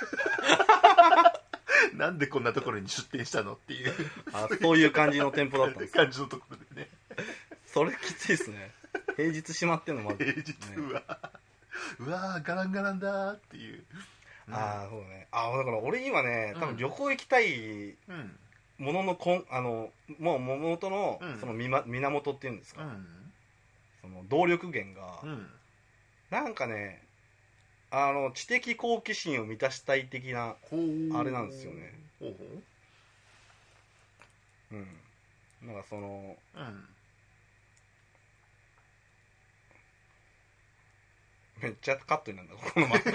なんでこんなところに出店したのっていうあそういう感じの店舗だったんですか。 感じのところでねそれきついですね。平日閉まってんのもある、 ね、平日はうわーガランガランだーっていう、 うん、ああそうね。あだから俺今ね多分旅行行きたいもののこんあのもう元の、うん、その源っていうんですか、うん、その動力源が、うんなんかねあの知的好奇心を満たしたい的なあれなんですよね。ほうほううんなんかその、うん、めっちゃカットになるんだこの前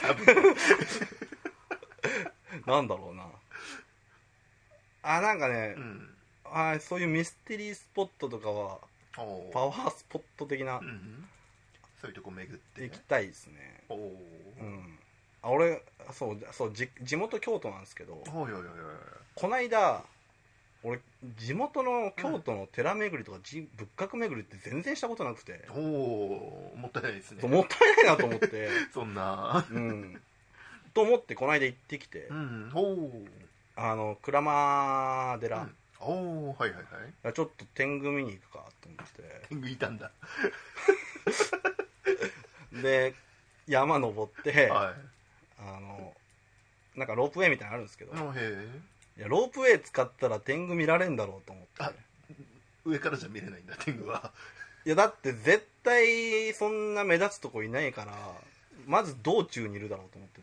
なんだろうなあなんかね、うん、あそういうミステリースポットとかはパワースポット的な、うんそういうとこ巡って行きたいですね。おお、うん、あ俺そうそうじ地元京都なんですけど、おいおいおいおいこないだ俺地元の京都の寺巡りとか、うん、仏閣巡りって全然したことなくて、 おおもったいないですね。 もったいないなと思ってそんなうんと思ってこないだ行ってきて、うん、おあの鞍馬寺、うん、おはいはいはいちょっと天狗見に行くかと思って天狗いたんだで山登って、はい、あのなんかロープウェイみたいなのあるんですけど、へいやロープウェイ使ったら天狗見られんだろうと思って。あ上からじゃ見れないんだ天狗は。 いやだって絶対そんな目立つとこいないからまず道中にいるだろうと思って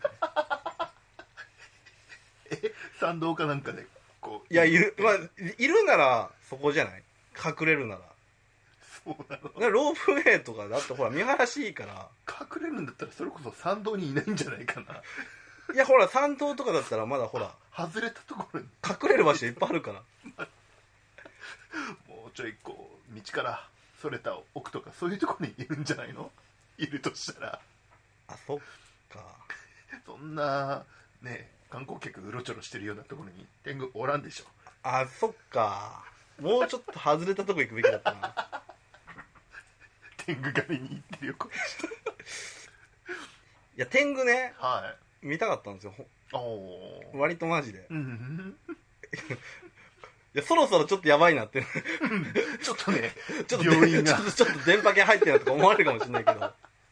てえ山道かなんかでこういやいる、まあ、いるならそこじゃない隠れるならそうなのロープウェイとかだってほら見晴らしいから隠れるんだったらそれこそ山道にいないんじゃないかな。 いやほら山道とかだったらまだほら外れたところに隠れる場所いっぱいあるからもうちょいこう道からそれた奥とかそういうところにいるんじゃないの。いるとしたらあそっかそんなね観光客うろちょろしてるようなところに天狗おらんでしょ。 あそっかもうちょっと外れたとこ行くべきだったな天狗狩りに行ってるよこれいや天狗ね、 はい、 見たかったんですよお割とマジで、うん、いやそろそろちょっとやばいなってちょっとねちょっと病院がちょっと電波系入ってるなとか思われるかもしれないけど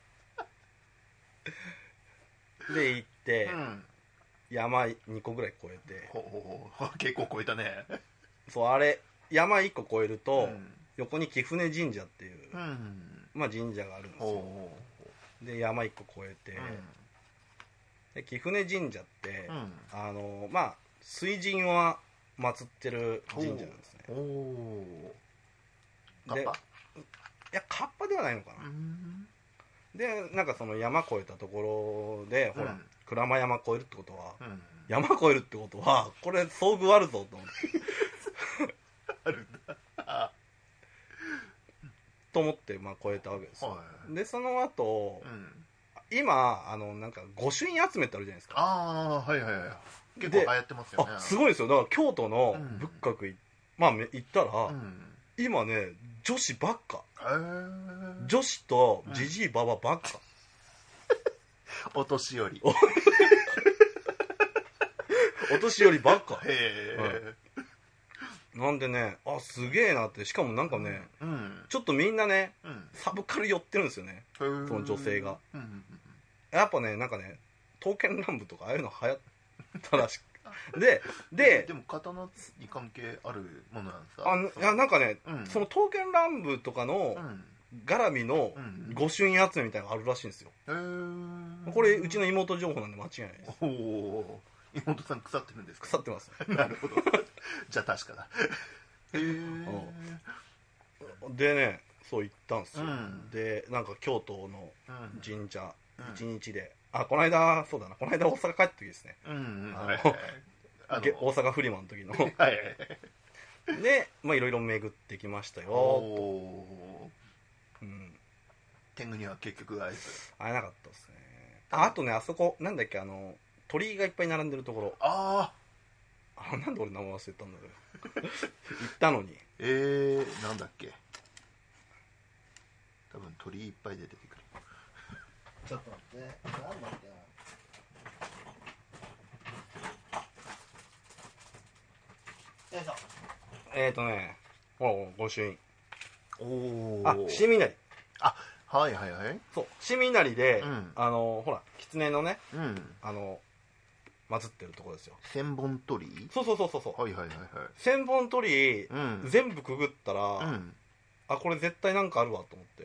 で行って、うん、山にこぐらい越えてほうほうほう結構越えたね。 そうあれ山いっこ越えると、うん、横に貴船神社っていう、うん、まあ神社があるんですよ。 で山一個越えて、で貴船神社って、 うん、 あのまあ水神は祀ってる神社なんですね。 おお。 で、いやカッパではないのかな。でなんかその山越えたところで、うん、ほら鞍馬山越えるってことは、うん、山越えるってことはこれ遭遇あるぞと思ってあるんだと思って、まあ、越えたわけですよ、はい、でその後、うん、今あのなんか御朱印集めってあるじゃないですか。 ああはいはいはい、結構流行ってますよね。 あすごいですよ。だから京都の仏閣、うん、まあ行ったら、うん、今ね女子ばっか、女子とジジイババばっか、 うん、お年寄りお年寄りばっか。 へえ、 はい、なんでね、あすげえなって。しかもなんかね、うん、ちょっとみんなね、うん、サブカル寄ってるんですよね、その女性が、うん、やっぱねなんかね刀剣乱舞とかああいうの流行ったらしくでででも刀に関係あるものなんですか。 あいやなんかね、うん、その刀剣乱舞とかの絡みの御朱印集めみたいなのがあるらしいんですよ、うん、これうちの妹情報なんで間違いないです。 おお、妹さん腐ってるんですか。 腐ってますなるほどじゃあ確かだへえ。 でねそう言ったんですよ、うん、でなんか京都の神社いちにちで、うん、あこの間そうだなこの間大阪帰った時ですね、うんうん、あの、はいはい、あの大阪フリマの時のはいでまあいろいろ巡ってきましたよと、 うん、天狗には結局会えず会えなかったですね。 あ, あとねあそこなんだっけあの鳥居がいっぱい並んでるところ、 ああなんで俺名前忘れたんだろう行ったのにえー、なんだっけ、多分鳥居いっぱいで出てくるちょっと待って、なんだっけな。よいしょ。えっ、ー、とね、ほら御朱印。 おお。 あ、しみなり。 あ、はいはいはい。 そう、しみなりで、うん、あのほら狐のね、うん、あの祀ってるところですよ。 千本鳥居。 そうそうそうそう。 はいはいはいはい。 千本鳥居、うん、全部くぐったら、うん、あこれ絶対なんかあるわと思って。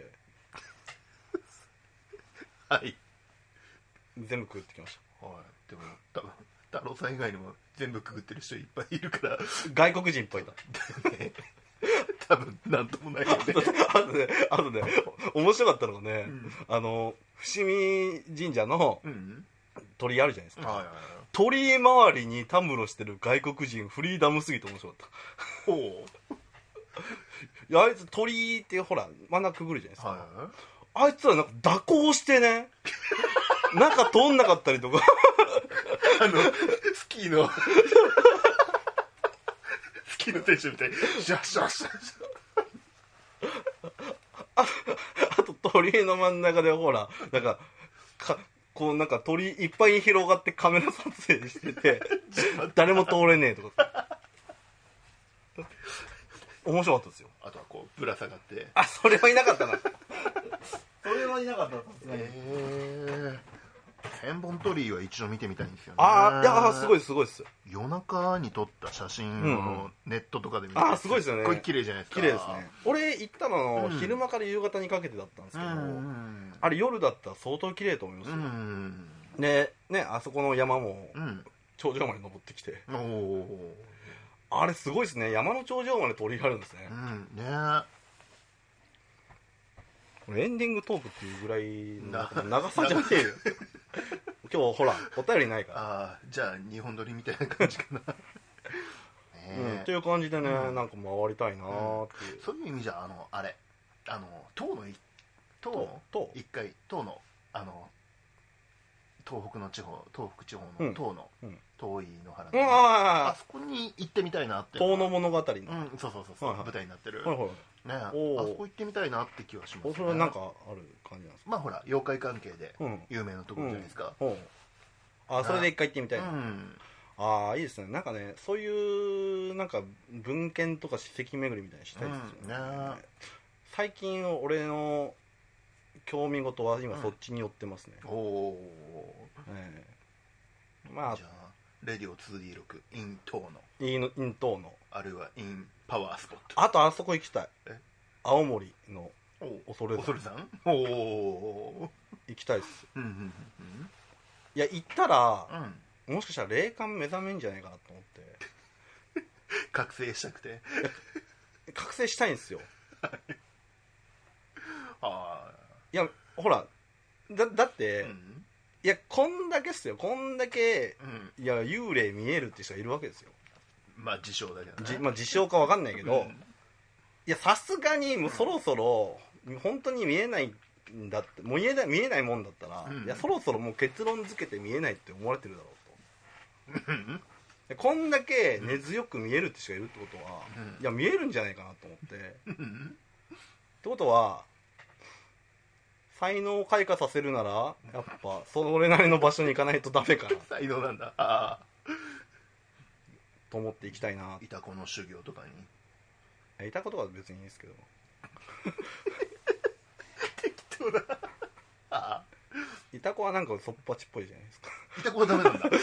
はい。 全部くぐってきました。 はい。でも多分太郎さん以外にも全部くぐってる人いっぱいいるから外国人いっぱいいた多分なんともないよね。 あとねあとね面白かったのがね、うん、あの伏見神社の鳥居あるじゃないですか、うんはいはいはい、鳥居周りにたむろしてる外国人フリーダムすぎて面白かったほういやあいつ鳥居ってほら真ん中くぐるじゃないですか、はいはい、あいつらなんか蛇行してね中通んなかったりとかあのスキーのスキーの選手みたいにシャッシャッシャッシャッあ, あと鳥居の真ん中でほらなんかかこうなんか鳥居いっぱいに広がってカメラ撮影してて誰も通れねえとか面白かったですよ。 あとはこうぶら下がってあそれはいなかったなそれはいなかったな。 へえ。千本鳥居は一度見てみたいんですよね。 ああいやすごいすごいです。 夜中に撮った写真をネットとかで見て、 うん、あすごいですよね。 すごい綺麗じゃないですか。 綺麗ですね。俺行ったの、うん、昼間から夕方にかけてだったんですけど、うん、あれ夜だったら相当綺麗と思いますよ、うん、でねあそこの山も頂上まで登ってきて、うん、あれすごいですね。山の頂上まで鳥居あるんですね、うん、ねエンディングトークっていうぐらいの長さじゃねえよ今日ほらお便りないから。 ああじゃあにほん撮りみたいな感じかなねえ、うん、という感じでね、うん、なんか回りたいなーっていう、 うん、そういう意味じゃあのあれあの唐の唐の一回唐のあの東北の地方東北地方の唐の、うん、遠い野原の、うん、あ, あそこに行ってみたいなって。 唐の物語の、うん、 そうそうそうそう、はいはい、舞台になってる、はいはいね、あそこ行ってみたいなって気はしますね。 それはなんかある感じなんですか。 まあほら妖怪関係で有名なところじゃないですか、 うんうん、あそれで一回行ってみたいな、うん、ああいいですね。なんかねそういうなんか文献とか史跡巡りみたいにしたいですよね、うん、ね最近俺の興味事は今そっちに寄ってますね、うん、おお、えー、まあじゃあレディオ ツーディーシックス イントーのイン, イントーのあるいはインパワースポット。 あとあそこ行きたい。青森の恐山。 恐山。おお。 行きたいっす。 うんうんうんうん、 いや行ったら、うん、もしかしたら霊感目覚めんじゃないかなと思って覚醒したくて覚醒したいんですよあいやほら だ, だって、うん、いやこんだけっすよこんだけ、うん、いや幽霊見えるって人がいるわけですよ。 まあ自称だけどね。 じまあ自称か分かんないけど、うん、いやさすがにもうそろそろ、うん、本当に見えないんだってもう見えない、見えないもんだったら、うん、いやそろそろもう結論付けて見えないって思われてるだろうと、うん、こんだけ根強く見えるって人がいるってことは、うん、いや見えるんじゃないかなと思って、うん、ってことは才能を開花させるならやっぱそれなりの場所に行かないとダメかな才能なんだあと思って行きたいな。 イタコの修行とかにイタコとかは別にいいですけど適当だあイタコはなんかそっぱちっぽいじゃないですか。 イタコはダメなんだ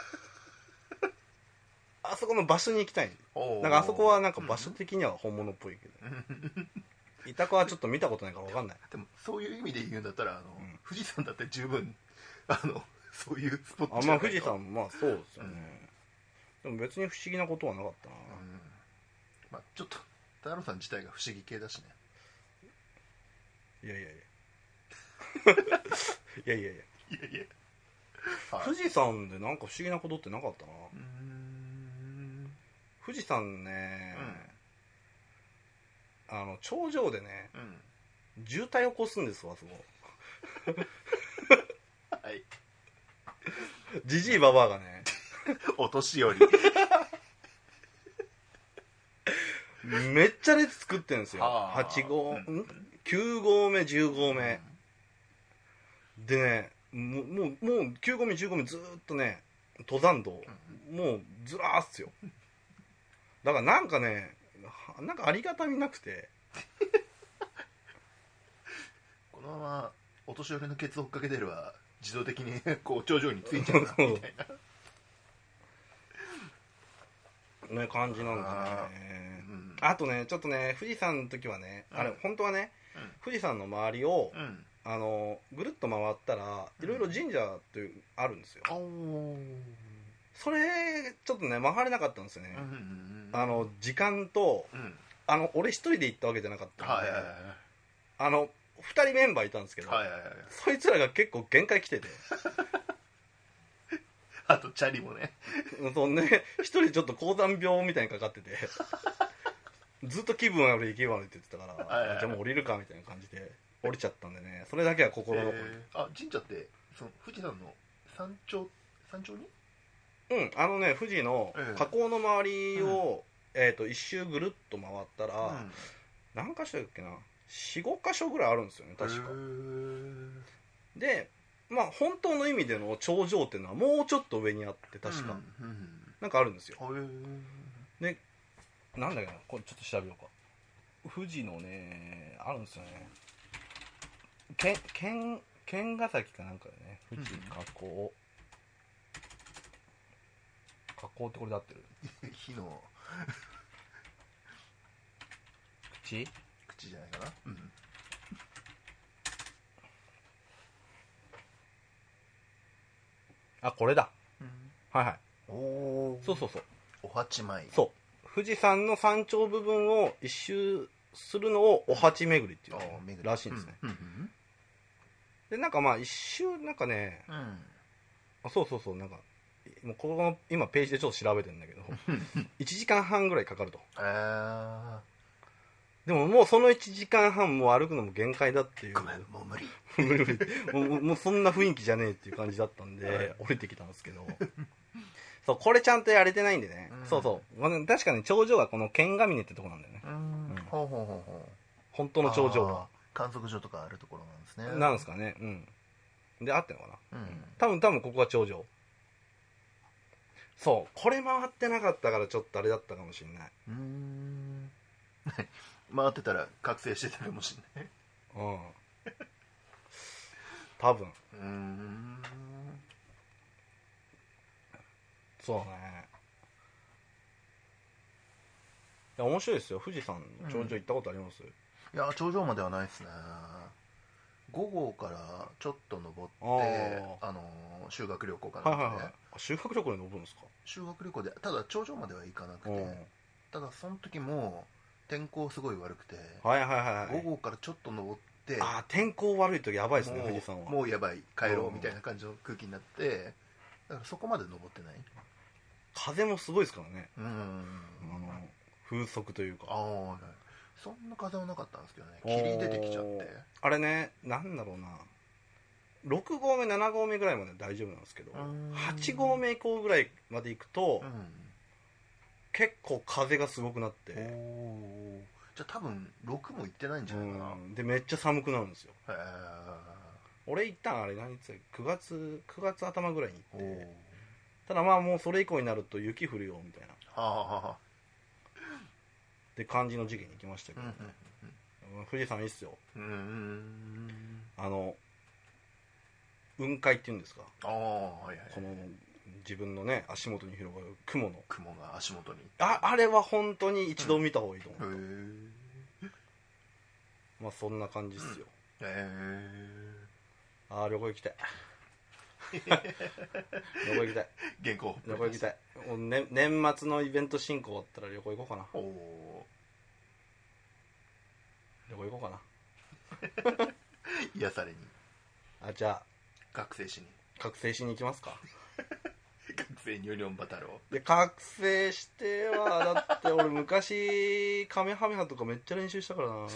あそこの場所に行きたい。なんかあそこはなんか場所的には本物っぽいけど、うんイタコはちょっと見たことないから分かんない。 でもそういう意味で言うんだったらあの、うん、富士山だって十分あのそういうスポットじゃないか。あまあ富士山まあそうですよね、うん、でも別に不思議なことはなかったな、うんまあ、ちょっと田野さん自体が不思議系だしね。 いやいやいやいやいやいやいやいや、はい、富士山でなんか不思議なことってなかったな。うーん富士山ね、うん、あの頂上でね、うん、渋滞を起こすんですわそこはいじじいばばあがねお年寄りめっちゃ列作ってるんですよ。はち号、うん、きゅう号目じゅう号目、うん、でねもう、もう、もうきゅう号目じゅう号目ずーっとね登山道、うん、もうずらーっすよ。だからなんかねなんかありがたみなくてこのままお年寄りのケツを追っかけてれば自動的にこう頂上についちゃうなみたいなね感じなんですね。あ,、うん、あとねちょっとね富士山の時はね、うん、あれ本当はね、うん、富士山の周りを、うん、あのぐるっと回ったらいろいろ神社っていうあるんですよ、うん、それちょっとね回れなかったんですよね、うんうんうん、あの時間と、うん、あの俺一人で行ったわけじゃなかったんで、はいはいはい、あのふたりメンバーいたんですけど、はいはいはい、そいつらが結構限界来ててあとチャリもねそうね一人ちょっと高山病みたいにかかっててずっと気分悪い気分悪いって言ってたから、はいはいはい、じゃあもう降りるかみたいな感じで降りちゃったんでね、それだけは心残り。 あ神社ってその富士山の山頂山頂にうんあのね富士の火口の周りを、うんえー、と一周ぐるっと回ったら、うん、何箇所だっけな よん,ご 箇所ぐらいあるんですよね確か。でまあ本当の意味での頂上っていうのはもうちょっと上にあって確か、うんうん、なんかあるんですよ。でなんだっけなこれちょっと調べようか。富士のねあるんですよね。け剣剣ヶ崎かなんかでね富士火口、うん、火口ってこれで合ってる火の口口じゃないかな、うん、 あこれだ、うん、はいはいおそうそうそうお鉢参りそう富士山の山頂部分を一周するのをお鉢巡りっていう、ね、らしいんですね、うんうんうん、でなんかまあ一周なんかね、うん、あそうそうそうなんかもうここの今ページでちょっと調べてるんだけどいちじかんはんぐらいかかると、えー、でももうそのいちじかんはんも歩くのも限界だっていう。 ごめんもう無理無理もうもうそんな雰囲気じゃねえっていう感じだったんで、はい、降りてきたんですけどそうこれちゃんとやれてないんでね、うん、そうそう確かに頂上がこの剣ヶ峰ってとこなんだよね。うん、うん、ほうほうほうほう本当の頂上は観測所とかあるところなんですね。 なんですかね。うんであってんのかな、うん、多分多分ここが頂上。そうこれ回ってなかったからちょっとあれだったかもしれない。うーん回ってたら覚醒してたかもしれないうん多分うーんそうね。いや面白いですよ。富士山頂上行ったことあります？ うん、いや頂上まではないですね。 ご号からちょっと登ってあ、あのー、修学旅行かなんかね、はいはいはい、 修学旅行で登るんですか？ 修学旅行でただ頂上までは行かなくて、ただその時も天候すごい悪くて、 はいはいはい、 ご号からちょっと登って、 あ天候悪いとやばいですね、富士山はもうやばい帰ろうみたいな感じの空気になって、だからそこまで登ってない。 風もすごいですからね、 うん、 あの風速というか、 あ、はい、そんな風はなかったんですけどね、霧出てきちゃって、 あれね、なんだろうな、ろく号目なな号目ぐらいまで大丈夫なんですけど、はち号目以降ぐらいまで行くと、うん、結構風がすごくなって、 じゃあ多分ろくも行ってないんじゃないかな、うん、 でめっちゃ寒くなるんですよ。へ俺行ったんあれ何日くがつくがつ頭ぐらいに行って、ただまあもうそれ以降になると雪降るよみたいなって感じの時期に行きましたけど、ね、うんうん、富士山いいっすよ。うんうん、あの雲海っていうんですか、あ、はいはい、この自分のね足元に広がる雲の雲が足元にあ, あれは本当に一度見た方がいいと思う、うん、まあそんな感じっすよ、うん、へー、あー旅行行きたい旅行行きたい原稿旅行行きたい、ね、年末のイベント進行終わったら旅行行こうかな。お旅行行こうかな癒されに。 あ、じゃあ覚醒しに覚醒しに行きますか覚醒ニョニョンバ太郎で覚醒してはだって俺昔カメハメハとかめっちゃ練習したからな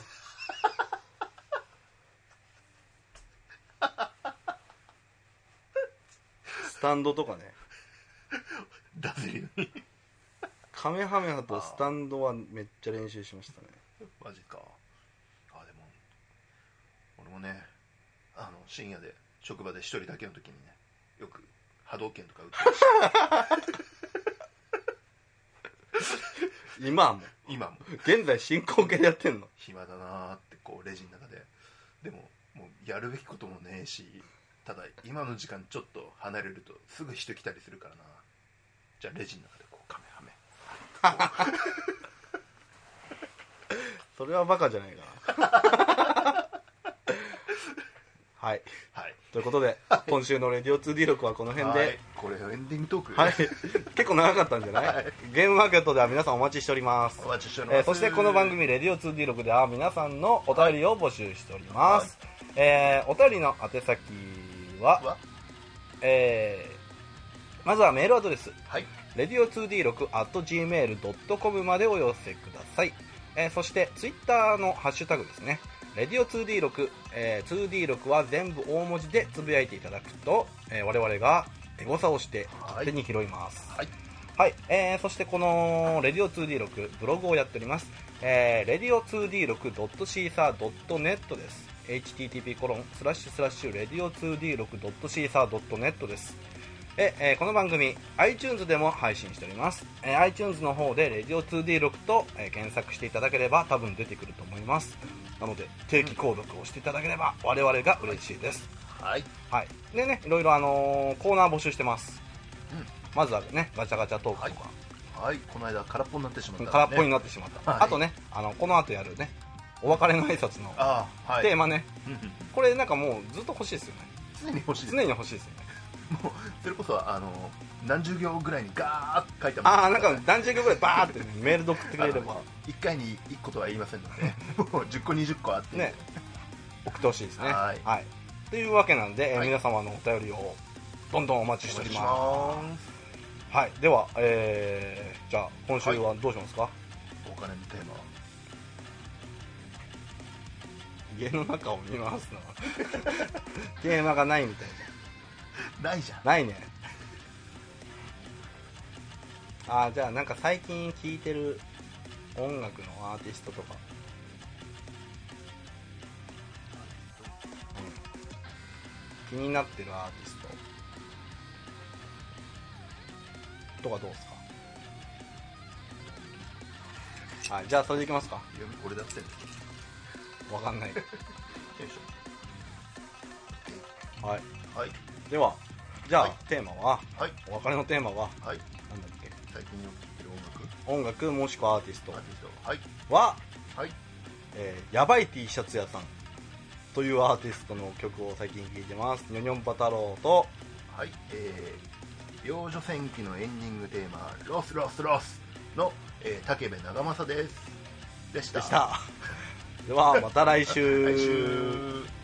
スタンドとかね出せるようにカメハメハとスタンドはめっちゃ練習しましたね。 マジか。あ、でも俺もね、あの深夜で職場で一人だけの時にね、よく波動拳とか打ってるし今はも今も現在進行形でやってんの？ 暇だなーってこうレジの中で、でももうやるべきこともねえし、ただ今の時間ちょっと離れるとすぐ人来たりするからな。じゃあレジの中でこうカメハメそれはバカじゃないかはい、はい、ということで、はい、今週のレディオ ツーディーろく はこの辺で、はい、 これエンディングトーク、 はい、結構長かったんじゃない、はい、ゲームマーケットでは皆さんお待ちしております。 お待ちしております、 えー、そしてこの番組レディオ ツーディーろく では皆さんのお便りを募集しております、はい、えー、お便りの宛先は、えー、まずはメールアドレス、はい、レディオ ツーディーろく アット ジーメール ドット コム までお寄せください。えー、そしてツイッターのハッシュタグですね、レディオ ツーディーろく、えー、ツーディーろく は全部大文字でつぶやいていただくと、えー、我々がエゴサをして勝手に拾います。はい、はい、えー、そしてこのレディオ ツーディーろく ブログをやっております。えー、レディオ ツーディーろく ドット シーサー ドット ネット です。エイチティーティーピー コロンスラッシュスラッシュレディオ ツーディーろく ドット シーサー ドット ネット です。ええー、この番組 iTunes でも配信しております。えー、iTunes の方でレディオ ツーディーろく と、えー、検索していただければ多分出てくると思います。なので定期購読をしていただければ我々が嬉しいです。はい、はい、でね、いろいろ、あのー、コーナー募集してます、うん、まずはねガチャガチャトークとか、 はい、はい、この間空っぽになってしまった、ね、 空っぽになってしまった、はい、あとね、あのこの後やるねお別れの挨拶のテーマね、はい、これなんかもうずっと欲しいですよね。 常に欲しいです。 常に欲しいですよね。 もうそれこそあの何十行ぐらいにガーッと書いてああ、なんか何十行ぐらいバーって、ね、メールで送ってくれればいっかいにいっことは言いませんのでもうじゅっこにじゅっこあってね送ってほしいですね。はい、はい、というわけなんで、はい、皆様のお便りをどんどんお待ちしております。はい、では、えー、じゃあ今週はどうしますか、はい、 お金のテーマは家の中を見回すのテーマがないみたいな。ないじゃん。 ないね。ああ、じゃあなんか最近聴いてる音楽のアーティストとか、うん、気になってるアーティストとかどうですか。はい、じゃあそれでいきますか。 いや、これだってわかんないはい、はい、ではじゃあ、はい、テーマは、はい、お別れのテーマは、はい、なんだっけ、 最近よく聴いてる音楽音楽もしくはアーティストアーティスト、はい、 は、はい、えー、やばい T シャツ屋さんというアーティストの曲を最近聴いてます。ニョニョンパ太郎と、 はい、えー、幼女戦記のエンディングテーマロスロスロスの、えー、武部長政ですでしたでしたではまた来週来週